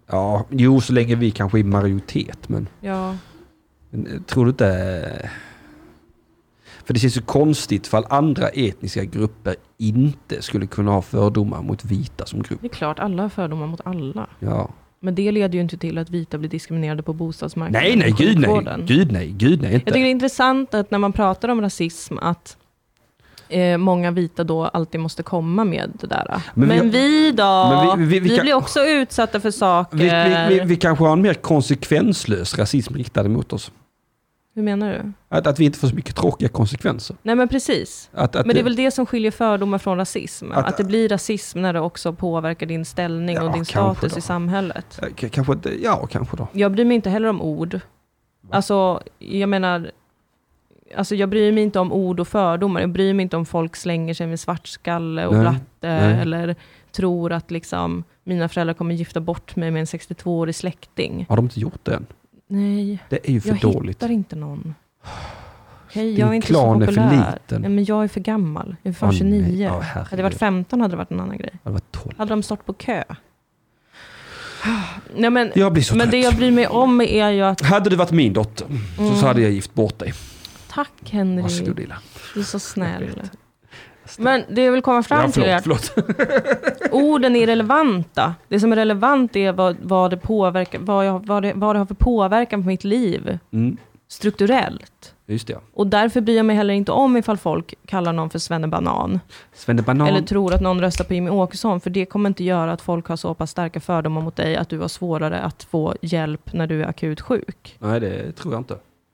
Ja, jo, så länge vi kanske är majoritet, men... Ja. Men, tror du inte... För det känns ju konstigt för andra etniska grupper inte skulle kunna ha fördomar mot vita som grupp. Det är klart, alla har fördomar mot alla. Ja. Men det leder ju inte till att vita blir diskriminerade på bostadsmarknaden. Nej, nej, gud nej. Gud nej, gud nej inte. Jag tycker det är intressant att när man pratar om rasism att eh, många vita då alltid måste komma med det där. Men, men vi, vi då? Men vi, vi, vi, vi kan, blir också utsatta för saker. Vi, vi, vi, vi kanske har en mer konsekvenslös rasism riktad mot oss. Hur menar du? Att, att vi inte får så mycket tråkiga konsekvenser. Nej, men precis. Att, att men det är väl det som skiljer fördomar från rasism. Att, att det blir rasism när det också påverkar din ställning ja, och din status då. I samhället. K- kanske, ja, kanske då. Jag bryr mig inte heller om ord. Va? Alltså, jag menar... Alltså jag bryr mig inte om ord och fördomar. Jag bryr mig inte om folk slänger sig med svartskalle och nej, blatte. Nej. Eller tror att liksom mina föräldrar kommer gifta bort mig med en sextiotvåårig släkting. Har de inte gjort det än? Nej, det är ju för jag dåligt. hittar inte någon. Hej, Din jag är inte klan så populär. Är för liten. Nej, men jag är för gammal. Jag är för oh, tjugonio. Oh, hade det varit femton hade det varit en annan grej. Hade, varit tolv. Hade de stått på kö. Nej, men jag blir så men trött. det jag bryr mig om är ju att... Hade du varit min dotter mm. så hade jag gift bort dig. Tack Henry. Varsågod, Illa. Du är så snäll. Men det jag vill komma fram ja, till är att förlåt. orden är relevanta. Det som är relevant är vad, vad, det, påverkar, vad, jag, vad, det, vad det har för påverkan på mitt liv. Mm. Strukturellt. Just det. Och därför bryr jag mig heller inte om ifall folk kallar någon för Svennebanan. Svennebanan. Eller tror att någon röstar på Jimmie Åkesson. För det kommer inte göra att folk har så pass starka fördomar mot dig att du har svårare att få hjälp när du är akut sjuk. Nej, det tror jag inte.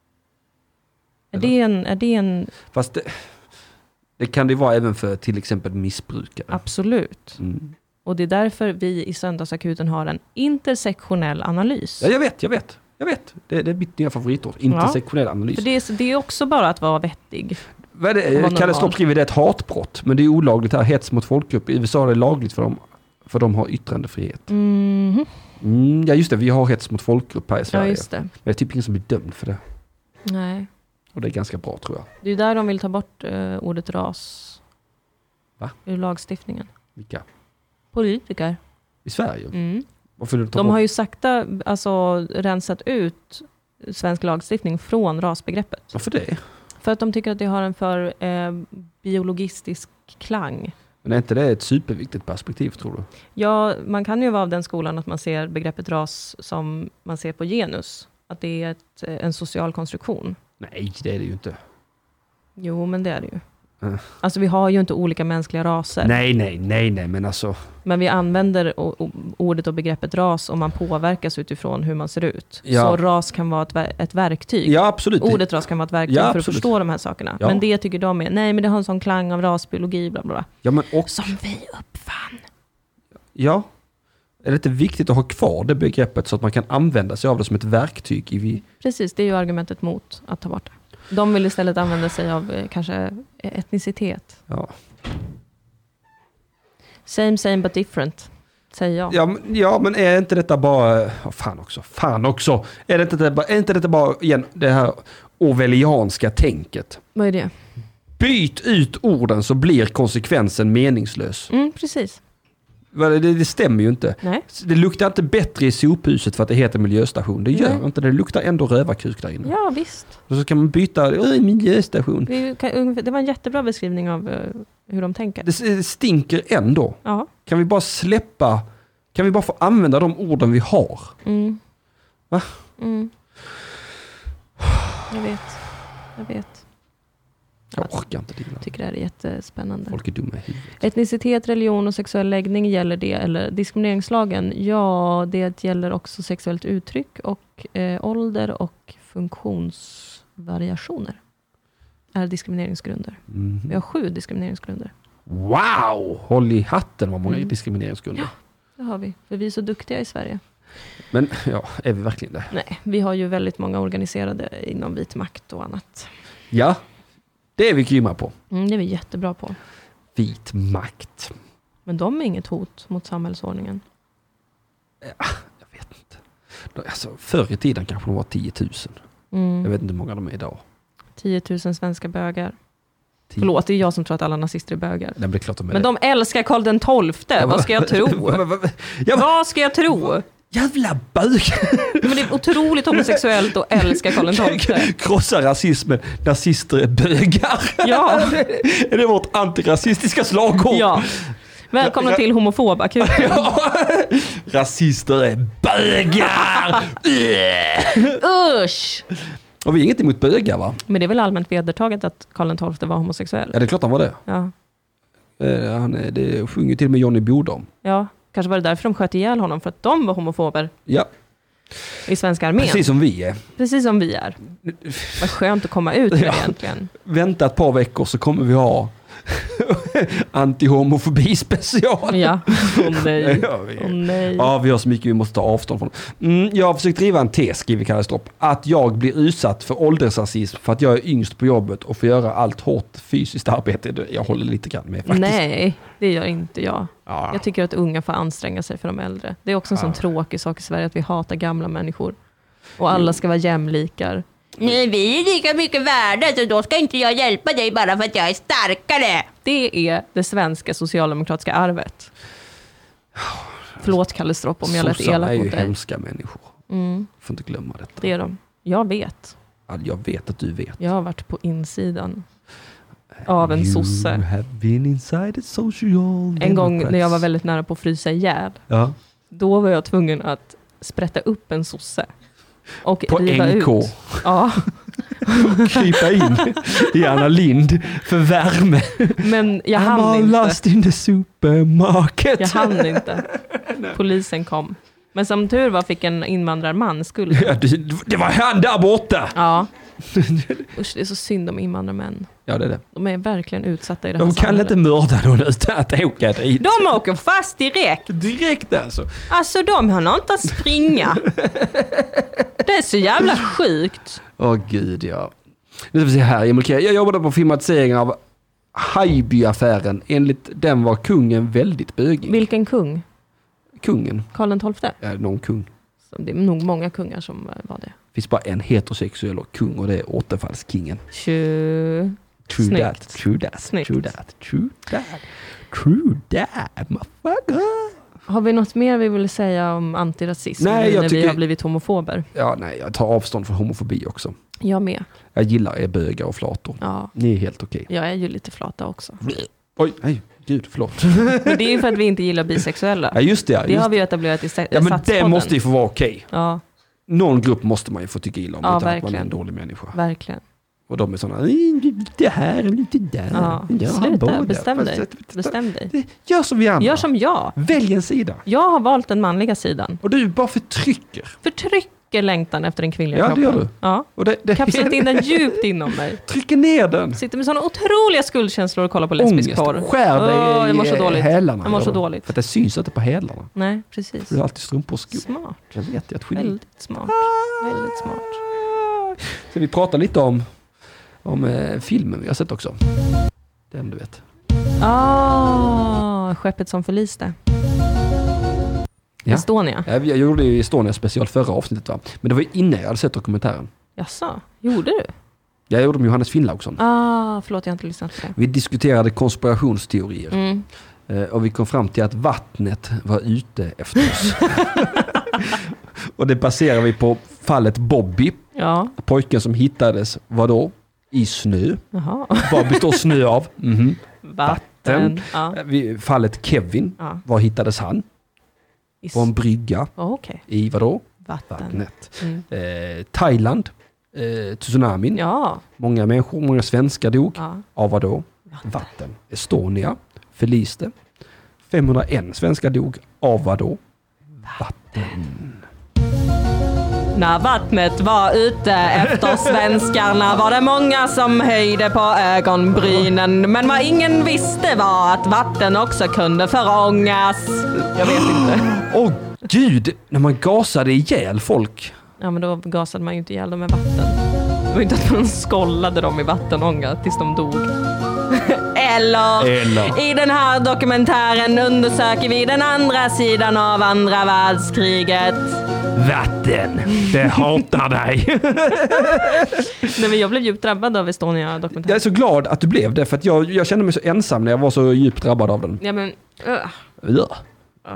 Är det en... Är det en... Fast det, det kan det vara även för till exempel missbrukare. Absolut. Mm. Och det är därför vi i Söndagsakuten har en intersektionell analys. Ja, jag vet, jag vet. Jag vet. Det, det är mitt nya favoritord. Intersektionell ja. Analys. För det är, det är också bara att vara vettig. Vad är det? Kalle Stropp skriver det är ett hatbrott. Men det är olagligt här. Hets mot folkgrupp. I U S A är det lagligt för dem. För de har yttrandefrihet. Mm. Mm, ja, just det. Vi har hets mot folkgrupp här i Sverige. Ja, just det. Men det är typ ingen som blir dömd för det. Nej. Och det är ganska bra, tror jag. Det är där de vill ta bort uh, ordet ras. Va? Ur lagstiftningen. Vilka? Politiker. I Sverige? Mm. Varför vill du ta de bort? har ju sakta alltså, rensat ut svensk lagstiftning från rasbegreppet. Varför det? För att de tycker att det har en för eh, biologistisk klang. Men är inte det ett superviktigt perspektiv, tror du? Ja, man kan ju vara av den skolan att man ser begreppet ras som man ser på genus. Att det är ett, en social konstruktion. Nej, det är det ju inte. Jo, men det är det ju. Mm. Alltså vi har ju inte olika mänskliga raser. Nej, nej, nej, nej, men alltså... Men vi använder o- o- ordet och begreppet ras om man påverkas utifrån hur man ser ut. Ja. Så ras kan vara ett, ver- ett verktyg. Ja, absolut. Ordet ras kan vara ett verktyg ja, för att förstå de här sakerna. Ja. Men det tycker de är, nej men det har en sån klang av rasbiologi, bla bla bla. Ja, men och... Som vi uppfann. Ja. Är det inte viktigt att ha kvar det begreppet så att man kan använda sig av det som ett verktyg i vi... Precis, det är ju argumentet mot att ta bort det. De vill istället använda sig av eh, kanske etnicitet. Ja. Same, same but different, säger jag. Ja, men, ja, men är inte detta bara... Oh, fan också, fan också. Är, det inte, är inte detta bara igen det här orwellianska tänket? Vad är det? Byt ut orden så blir konsekvensen meningslös. Mm, precis. Det, det stämmer ju inte. Nej. Det luktar inte bättre i sophuset för att det heter miljöstation. Det gör Nej. inte det. Det luktar ändå rövarkuk där inne. Ja, visst. Och så kan man byta miljöstation. Vi kan, det var en jättebra beskrivning av uh, hur de tänker. Det, det stinker ändå. Ja. Kan vi bara släppa... Kan vi bara få använda de orden vi har? Mm. Va? Mm. Jag vet. Jag vet. Jag orkar inte det. Jag tycker det här är jättespännande. Folk är dumma i huvudet. Etnicitet, religion och sexuell läggning, gäller det? Eller diskrimineringslagen? Ja, det gäller också sexuellt uttryck och eh, ålder och funktionsvariationer. Är diskrimineringsgrunder. Mm. Vi har sju diskrimineringsgrunder. Wow! Håll i hatten vad många Mm. diskrimineringsgrunder. Ja, det har vi. För vi är så duktiga i Sverige. Men ja, är vi verkligen det? Nej, vi har ju väldigt många organiserade inom vit makt och annat. Ja, det är vi grymma på. Mm, det är vi jättebra på. Vit makt. Men de är inget hot mot samhällsordningen. Ja, jag vet inte. Alltså, förr i tiden kanske de var tio tusen. Mm. Jag vet inte hur många de är idag. tio tusen svenska bögar. tio. Förlåt, det är jag som tror att alla nazister är bögar. Nej, men det är klart de är men det. de älskar Karl den tolfte. Vad ska jag tro? ja, Vad ska jag tro? Jävla bög! Men det är otroligt homosexuellt att älska Karl tolfte. Krossa rasismen, nazister är bögar. Ja. Är det vårt antirasistiska slagord? Ja. Välkomna till homofobakuten. Ja. Rasister är bögar! Usch! Och vi är inget emot bögar, va? Men det är väl allmänt vedertaget att Karl tolfte var homosexuell? Ja, det är klart han var det. Ja. Eh, han är, det sjunger till med Johnny Bodom. Ja, kanske var det därför de sköt ihjäl honom, för att de var homofober Ja. i svenska armén. Precis som vi är. Precis som vi är. Vad skönt att komma ut med Ja. egentligen. Vänta ett par veckor så kommer vi ha antihomofobi special. Ja, åh nej. Ja, vi, Åh nej. ja, vi har så mycket vi måste ta avstånd från. Mm, jag har försökt driva en tes, skriver Kalle Stropp, att jag blir utsatt för åldersrasism för att jag är yngst på jobbet och får göra allt hårt fysiskt arbete. Jag håller lite grann med faktiskt. Nej, det gör inte jag. Ja. Jag tycker att unga får anstränga sig för de äldre. Det är också en sån Ja. tråkig sak i Sverige att vi hatar gamla människor. Och alla ska vara jämlikar. Nej, vi är lika mycket värda, så då ska inte jag hjälpa dig bara för att jag är starkare. Det är det svenska socialdemokratiska arvet. Förlåt Kalle Stropp om jag lät Sossarna elak är ju mot dig. hemska människor. Mm, Får inte glömma detta. det är de. Jag vet. Ja, jag vet att du vet. Jag har varit på insidan av en sosse. You have been inside a social En gång democrats. när jag var väldigt nära på att frysa ihjäl. Ja. Då var jag tvungen att sprätta upp en sosse. Och På riva N K. ut. Ja, Krypa in i Anna Lind för värme. men jag I'm hann all inte. lost in the supermarket. Jag hann inte. Polisen kom. Men som tur var fick en invandrarman skuld. Ja, det, det var han där borta. Ja. Usch, det är så synd om invandrarmän. Ja, det är det. De är verkligen utsatta i det här De kan samhället. inte mörda någon utan att åka dit. De åker fast direkt. Direkt alltså. Alltså de har inte att springa. Det är så jävla sjukt. Åh gud, ja. Nu ska vi se här. Jag jobbade på filmatiseringen av Haijby-affären. Enligt den var kungen väldigt bögig. Vilken kung? Kungen. Karl tolfte? Ja, någon kung. Så det är nog många kungar som var det. Det finns bara en heterosexuell kung och det är återfallskingen. Tju... True Snyggt. that, true that, Snyggt. true that, true that, true that, motherfucker. Har vi något mer vi vill säga om antirasism? Nej, nu jag när tycker- vi har blivit homofober. Ja, nej, jag tar avstånd från homofobi också. Jag med. Jag gillar er bögar och flator. Ja, Ni är helt okej. jag är ju lite flata också. Oj, nej, gud, förlåt. Men det är ju för att vi inte gillar bisexuella. Ja, just det. Det Just har vi ju etablerat i sa- ja, men det Satspodden. måste ju få vara okej. Ja, Någon grupp måste man ju få tycka illa om Ja, utan att man är verkligen. en dålig människa. verkligen. Och de är sådana, "Nej, lite här och lite där. Ja. Jag har Sluta, båda." bestäm Fast- dig. Bestäm dig. Gör som vi andra. Gör som jag. Välj en sida. Jag har valt den manliga sidan. Och du bara förtrycker. Förtrycker längtan efter den kvinnliga Ja, det kroppen. gör du. Ja. Och det, det Kapslat in den djupt inom mig. Trycker ner den. Sitter med sådana otroliga skuldkänslor och kollar på lesbisk Ångest. porr. Skär dig Åh, jag mår så i dåligt. hälarna. Jag mår så gör du. dåligt. För att det syns inte på hälarna. Nej, precis. Du har alltid strumpor och skor. Smart. Jag vet, jag är ett geni. Väldigt smart. Väldigt smart. Så vi pratar lite om, om eh, filmen vi har sett också. Den du vet. Ah, skeppet som förliste. Ja. Estonia. Jag, jag gjorde ju Estonia special förra avsnittet, va? Men det var ju innan jag hade sett dokumentären. Jaså, gjorde du? Jag gjorde med Johannes Finnlaugsson. Ah, förlåt, jag har inte lyssnat på det. Vi diskuterade konspirationsteorier. Mm. Eh, och vi kom fram till att vattnet var ute efter oss. Och det baserar vi på fallet Bobby. Ja, Pojken som hittades, var då? I snö. jaha. Vad består snö av? Mhm. Vatten. Ja. Eh, vi- Fallet Kevin. Ja. Var hittades han? Is- På en brygga. Oh, okej. I vadå? Vatten. Vattnet. Mm. Eh, Thailand. Eh, tsunamin. Ja. Många människor, många svenskar dog. Ja. Av vadå? Vatten. Vatten. Estonia förliste. femhundraen svenskar dog. Av vadå? Vatten. När vattnet var ute efter svenskarna var det många som höjde på ögonbrynen. Men vad ingen visste var att vatten också kunde förångas. Jag vet inte. Åh gud, när man gasade ihjäl folk. Ja, men då gasade man ju inte ihjäl dem med vatten. Det var inte att man skollade dem i vattenånga tills de dog. Eller, Eller. i den här dokumentären undersöker vi den andra sidan av andra världskriget. Vatten, det hatar dig. Nej, men jag blev djupt drabbad av Jag Estonia-dokumentären. är så glad att du blev det, för att jag, jag kände mig så ensam när jag var så djupt drabbad av den. Ja, men... Uh. Ja. Ja.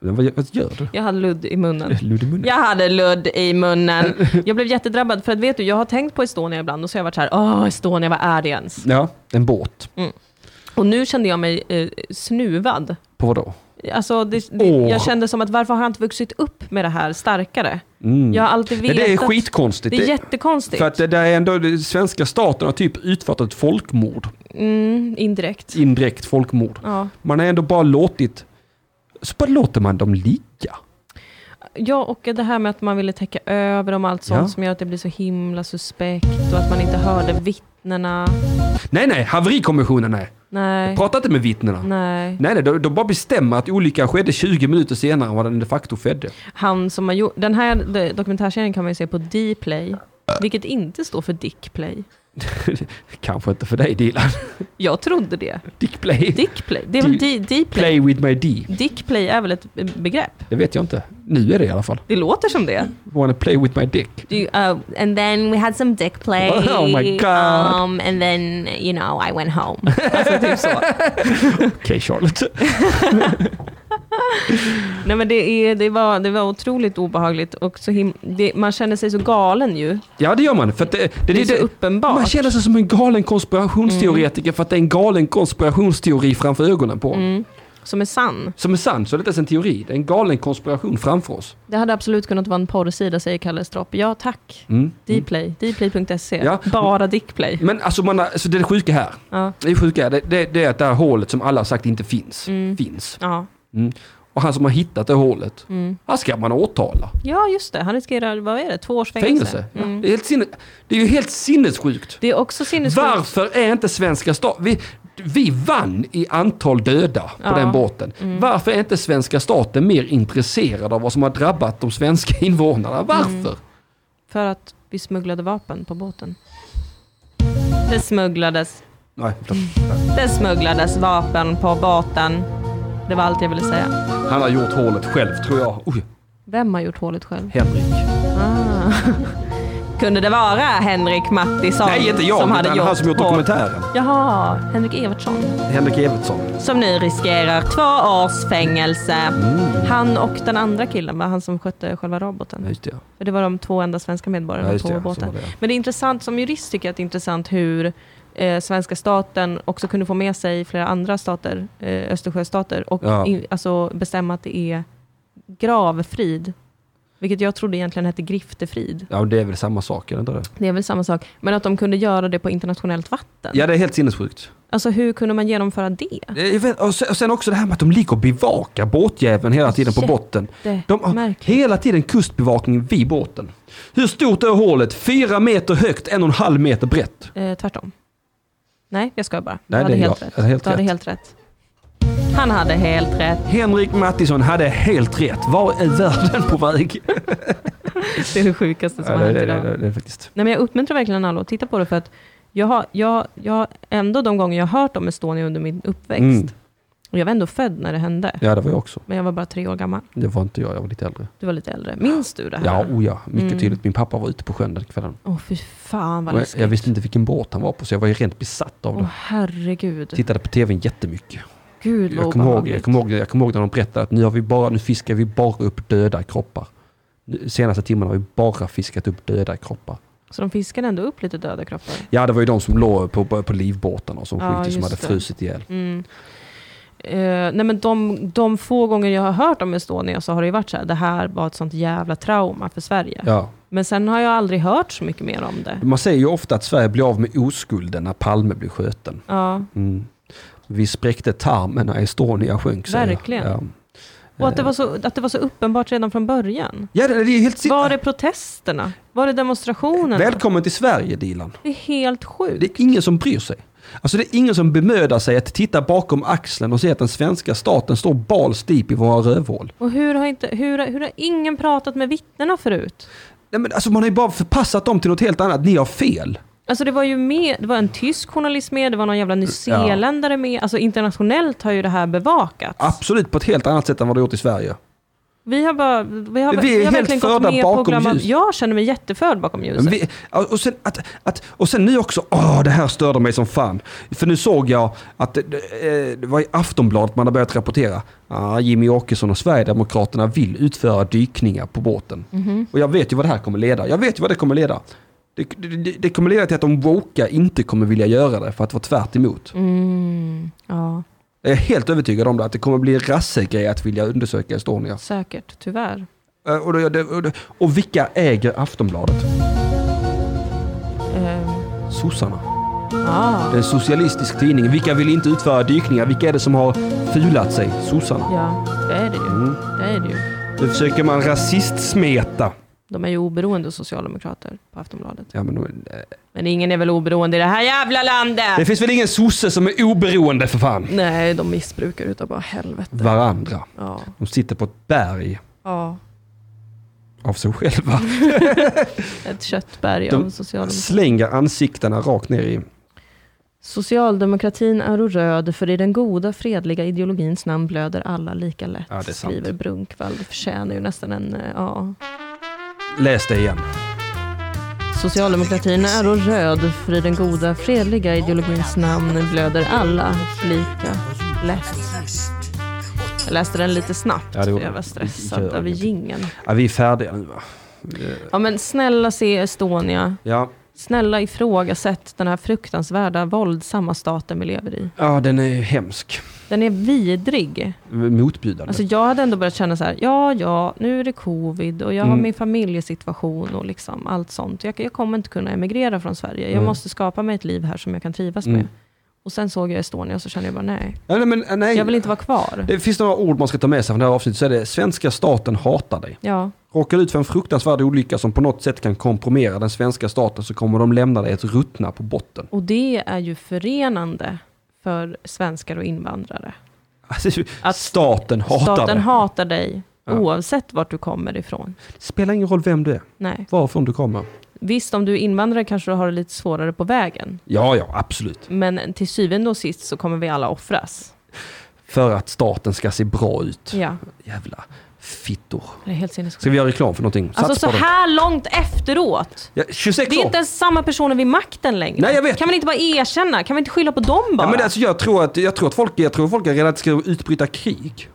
Vad, vad gör du? Jag hade ludd i munnen. Ludd i munnen. Jag hade ludd i munnen. Jag blev jättedrabbad för att vet du, jag har tänkt på Estonia ibland och så har jag varit så här, åh Estonia, vad är det ens? Ja, en båt. Mm. Och nu kände jag mig eh, snuvad. På vad då? Alltså det, det, oh. Jag kände som att varför har han inte vuxit upp med det här starkare? Mm. Jag har alltid vetat. Det är skitkonstigt. Det är jättekonstigt. För att det, det är ändå, det, svenska staten har typ utfört ett folkmord. Mm, indirekt. Indirekt folkmord. Ja. Man har ändå bara låtit, så bara låter man dem ligga. Ja, och det här med att man ville täcka över om allt sånt ja. Som gör att det blir så himla suspekt och att man inte hörde vittnena. Nej, nej, haverikommissionen nej. Nej. Prata inte med vittnena. Nej. Nej, nej, de, de bara bestämmer att olyckan skedde tjugo minuter senare än vad den de facto skedde. Han som har gjort, den här dokumentärserien kan man ju se på Dplay, vilket inte står för Dickplay. Kanske inte för dig, Dilan. Jag trodde det. Dickplay. Dickplay. Det är väl D- Dplay. Play with my D. Dickplay är väl ett begrepp? Det vet jag inte. Nu är det i alla fall. Det låter som det. Wanna play with my dick. Do you, uh, and then we had some dick play. Oh my god. Um, and then, you know, I went home. Alltså typ så. Okej, okay, Charlotte. Nej men det, är, det, var, det var otroligt obehagligt och så him- det, man känner sig så galen ju. Ja det gör man. För att det, det, det är det, så det, uppenbart. Man känner sig som en galen konspirationsteoretiker mm. för att det är en galen konspirationsteori framför ögonen på mm. Som är sann. Som är sann, så det är inte en teori. Det är en galen konspiration framför oss. Det hade absolut kunnat vara en porrsida, säger Kalle Stropp. Ja, tack. Mm. Dplay. Dplay punkt se. Ja. Bara Dickplay. Men alltså, man har, alltså det är det sjuka här. Ja. Det är sjuka här. Det, det, det är att det här hålet som alla har sagt inte finns. Mm. Finns. Ja. Mm. Och han som har hittat det hålet, mm. han ska man åtala. Ja, just det. Han riskerar, vad är det? Två års fängelse. Fängelse. Mm. Det, är helt sinne, det är ju helt sinnessjukt. Det är också sinnessjukt. Varför är inte svenska staten... Vi, vi vann i antal döda på ja. den båten. Mm. Varför är inte svenska staten mer intresserad av vad som har drabbat de svenska invånarna? Varför? Mm. För att vi smugglade vapen på båten. Det smugglades... Nej, det smugglades vapen på båten. Det var allt jag ville säga. Han har gjort hålet själv, tror jag. Oj. Vem har gjort hålet själv? Henrik. Ah. Kunde det vara Henrik Mattisson? Nej, inte jag, som hade gjort han som gjort dokumentären. Jaha, Henrik Evertsson. Henrik Evertsson. Som nu riskerar två års fängelse. Mm. Han och den andra killen var han som skötte själva roboten. Just det. För det var de två enda svenska medborgarna ja, på det, båten. det. Men det är intressant, som jurist tycker jag att det är intressant hur eh, svenska staten också kunde få med sig flera andra stater, eh, Östersjöstater, och ja. in, alltså bestämma att det är gravfrid. Vilket jag trodde egentligen hette griftefrid. Ja, det är väl samma sak, eller inte det? Det är väl samma sak. Men att de kunde göra det på internationellt vatten. Ja, det är helt sinnessjukt. Alltså hur kunde man genomföra det? Jag vet, och sen också det här med att de ligger och bevakar båtjäveln hela tiden på botten. De har hela tiden kustbevakning vid båten. Hur stort är hålet? Fyra meter högt, en och en halv meter brett. Eh, tvärtom. Nej, jag ska bara. Nej, du hade det är helt jag. rätt. Jag helt du hade rätt. helt rätt. Han hade helt rätt. Henrik Mattisson hade helt rätt. Var är världen på väg? Det är det sjukaste som ja, har hänt idag. Det, det, det är faktiskt. Nej, men jag uppmuntrar verkligen alla att titta på det, för att jag har, jag, jag ändå de gånger jag har hört om Estonia under min uppväxt. Mm. Och jag var ändå född när det hände. Ja, det var jag också. Men jag var bara tre år gammal. Det var inte jag, jag var lite äldre. Du var lite äldre. Minns du det här? Ja, oh ja. Mycket mm. tydligt. Min pappa var ute på sjön den kvällen. Åh, oh, fy fan vad jag, läskigt. jag visste inte vilken båt han var på, så jag var ju rent besatt av det. Åh, oh, herregud. Tittade på tvn jättemycket. Gud, jag kommer ihåg, jag kommer ihåg, jag kommer ihåg när de berättade att nu har vi bara, nu fiskar vi bara upp döda kroppar. Senaste timmarna har vi bara fiskat upp döda kroppar. Så de fiskade ändå upp lite döda kroppar? Ja, det var ju de som låg på, på, på livbåtarna och som ja, skjutit, som hade det. frusit ihjäl. Mm. Uh, nej men de, de få gånger jag har hört om Estonia så har det ju varit så här, det här var ett sånt jävla trauma för Sverige. Ja. Men sen har jag aldrig hört så mycket mer om det. Man säger ju ofta att Sverige blir av med oskulden när Palme blir sköten. Ja. Mm. Vi spräckte tarmen när Estonia sjönk. Verkligen. Ja. Och att det, var så, att det var så uppenbart redan från början. Ja, det, det är helt var är protesterna? Var är demonstrationerna? Välkommen till Sverige, Dilan. Det är helt sjukt. Det är ingen som bryr sig. Alltså det är ingen som bemödar sig att titta bakom axeln och se att den svenska staten står balstip i våra rövhål. Och hur har, inte, hur, hur har ingen pratat med vittnena förut? Nej, men alltså man har ju bara förpassat dem till något helt annat. Ni har fel. Alltså det var ju med, det var en tysk journalist med, det var någon jävla nyzeeländare med. Alltså internationellt har ju det här bevakats. Absolut, på ett helt annat sätt än vad det gjort i Sverige. Vi har bara, vi har, vi är vi har helt förda bakom ljus. Jag känner mig jätteförd bakom ljuset. Vi, och, sen, att, att, och sen nu också, åh, det här störde mig som fan. För nu såg jag att det, det var i Aftonbladet man har börjat rapportera. Ah, Jimmy Åkesson och Sverigedemokraterna vill utföra dykningar på båten. Mm-hmm. Och jag vet ju vad det här kommer leda. Jag vet ju vad det kommer leda. Det, det, det kommer leda till att de woka inte kommer vilja göra det för att vara tvärt emot. Mm, ja. Jag är helt övertygad om det, att det kommer bli rassegrej att vilja undersöka Estonia. Säkert, tyvärr. Och, då, det, och, det, och vilka äger Aftonbladet? Um. Sossarna. Ah. Det är en socialistisk tidning. Vilka vill inte utföra dykningar? Vilka är det som har fulat sig? Sossarna. Ja, det är det ju. Mm. Det är det ju. Nu försöker man rasistsmeta. De är ju oberoende socialdemokrater på Aftonbladet. Ja, men, äh... men ingen är väl oberoende i det här jävla landet? Det finns väl ingen sosse som är oberoende för fan? Nej, de missbrukar utav bara helvete. Varandra. Ja. De sitter på ett berg. Ja. Av sig själva. Ett köttberg de av socialdemokratin. Slänger ansiktena rakt ner i. Socialdemokratin är röd, för i den goda fredliga ideologins namn blöder alla lika lätt. Ja, det är sant. Skriver Brunkvall. Det förtjänar ju nästan en... Ja. Läs det igen. Socialdemokratin är då röd, för i den goda fredliga ideologins namn blöder alla lika lätt. Jag läste den lite snabbt, ja, för jag var stressad av gingen. Ja, vi är färdiga nu, va? Ja, men snälla se Estonia. Ja. Snälla ifrågasätt den här fruktansvärda, våldsamma staten vi lever i. Ja, den är hemsk. Den är vidrig. Motbjudande. Alltså jag hade ändå börjat känna så här, ja, ja, nu är det covid och jag mm. har min familjesituation och liksom allt sånt. Jag, jag kommer inte kunna emigrera från Sverige. Jag mm. måste skapa mig ett liv här som jag kan trivas mm. med. Och sen såg jag Estonia och så kände jag bara nej. Ja, nej, men, nej. Jag vill inte vara kvar. Det finns några ord man ska ta med sig från det här avsnittet, så är det: svenska staten hatar dig. Ja. Råkar ut för en fruktansvärd olycka som på något sätt kan kompromera den svenska staten, så kommer de lämna dig ett ruttna på botten. Och det är ju förenande för svenskar och invandrare. Alltså, att staten hatar staten dig. hatar dig ja. Oavsett vart du kommer ifrån. Det spelar ingen roll vem du är. Nej. Varifrån du kommer. Visst, om du är invandrare kanske du har det lite svårare på vägen. Ja, ja, absolut. Men till syvende och sist så kommer vi alla offras. För att staten ska se bra ut. Ja. Jävla fittor. Det är helt sinnessjukt. Ska vi göra reklam för någonting? Sats alltså så här långt efteråt. Ja, tjugosex år. Det är inte ens samma personer vid makten längre. Nej, jag vet. Kan man inte bara erkänna? Kan man inte skylla på dem bara? Ja, men alltså, jag, tror att, jag tror att folk, jag tror att folk är rädda att ska utbryta krig.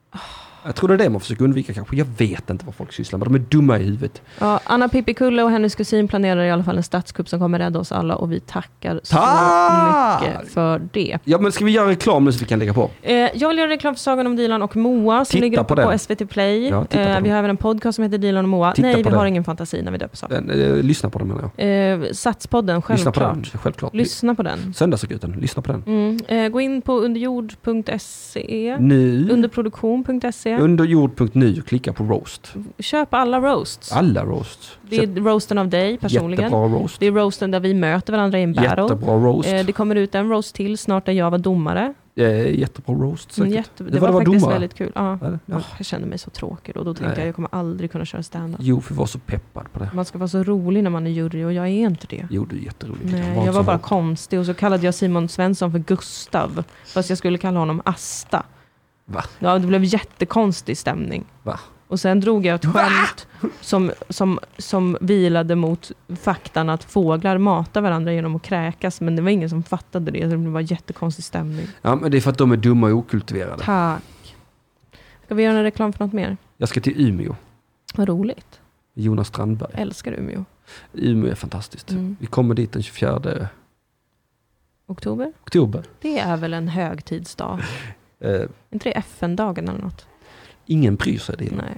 Jag tror det är det man försöker undvika kanske. Jag vet inte vad folk sysslar med. De är dumma i huvudet. Ja, Anna Pippikulle och hennes kusin planerar i alla fall en statskupp som kommer rädda oss alla. Och vi tackar Tack! så mycket för det. Ja, men ska vi göra reklam nu så vi kan lägga på? Eh, jag vill göra reklam för Sagan om Dilan och Moa som titta ligger på, på på S V T Play. Ja, eh, vi har även en podcast som heter Dilan och Moa. Titta Nej, vi den. har ingen fantasi när vi döper saker. Eh, lyssna på den, menar jag. Eh, Satspodden, självklart. Lyssna på den, självklart. Lyssna på den. Söndagsakuten, lyssna på den. Mm. Eh, gå in på underjord punkt se. Nu. Underproduktion punkt se. Underjord punkt nu och klicka på roast. Köp alla roasts. Alla roasts. Det är roasten av dig personligen. Jättebra roast. Det är roasten där vi möter varandra i en battle. Jättebra roast. Eh, det kommer ut en roast till snart där jag var domare. Eh, jättebra roast Mm, jätte, det, det var, var faktiskt domare. Väldigt kul. Ja. Ja, ja. Oh, jag kände mig så tråkig och då tänkte Nej. jag jag kommer aldrig kunna köra stand-up. Jo, för vi var så peppad på det. Man ska vara så rolig när man är jury och jag är inte det. Jo, du är jätterolig. Nej, var jag var bara hårt. konstig och så kallade jag Simon Svensson för Gustav. Fast jag skulle kalla honom Asta. Va? Ja, det blev jättekonstig stämning. Va? Och sen drog jag ett skämt som, som, som vilade mot faktan att fåglar matar varandra genom att kräkas. Men det var ingen som fattade det. Det var jättekonstig stämning. Ja, men det är för att de är dumma och okultiverade. Tack. Ska vi göra en reklam för något mer? Jag ska till Umeå. Vad roligt. Jonas Strandberg. Jag älskar Umeå. Umeå är fantastiskt. Mm. Vi kommer dit den tjugofjärde oktober. Oktober. Det är väl en högtidsdag. Uh, inte det F N-dagen eller något? Ingen bryr sig det. Nej.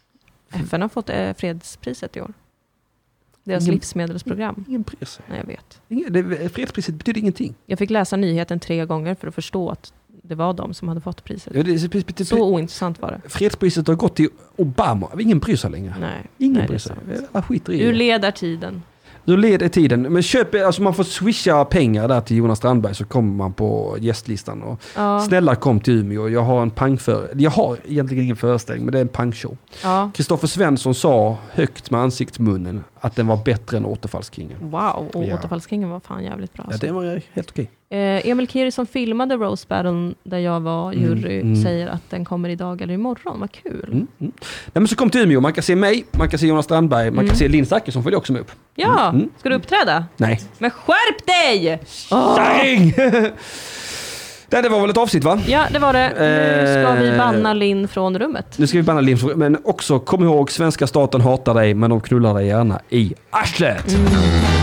F N har fått eh, fredspriset i år. Deras ingen, livsmedelsprogram. Ingen bryr sig. Nej, jag vet. Ingen, det, fredspriset betyder ingenting. Jag fick läsa nyheten tre gånger för att förstå att det var de som hade fått priset. Ja, det, det, det, så ointressant var det. Fredspriset har gått till Obama. Ingen bryr sig längre. Nej. Ingen nej, bryr sig. Jag skiter i Ur leder tiden. Ur leder tiden. Men köp, alltså man får swisha pengar där till Jonas Strandberg så kommer man på gästlistan. Och ja. Snälla kom till Umeå. Jag har en pangför. Jag har egentligen ingen föreställning, men det är en pangshow. Kristoffer ja. Svensson sa högt med ansiktsmunnen att den var bättre än Återfallskingen. Wow, och ja. Återfallskingen var fan jävligt bra. Ja, det var helt okej. Eh, Emil Kiri som filmade Rose Battle där jag var jury mm, mm. säger att den kommer idag eller imorgon. Vad kul. Mm, mm. Nej, men så kom till Umeå. Man kan se mig, man kan se Jonas Strandberg, man mm. kan se Linn Zachrisson följer också med upp. Ja, mm. ska du uppträda? Nej. Men skärp dig! Sträng! Det var väl ett avsnitt, va? Ja, det var det. Nu ska vi banna Linn från rummet. Nu ska vi banna Linn från rummet. Men också, kom ihåg, svenska staten hatar dig, men de knullar dig gärna i arslet. Mm.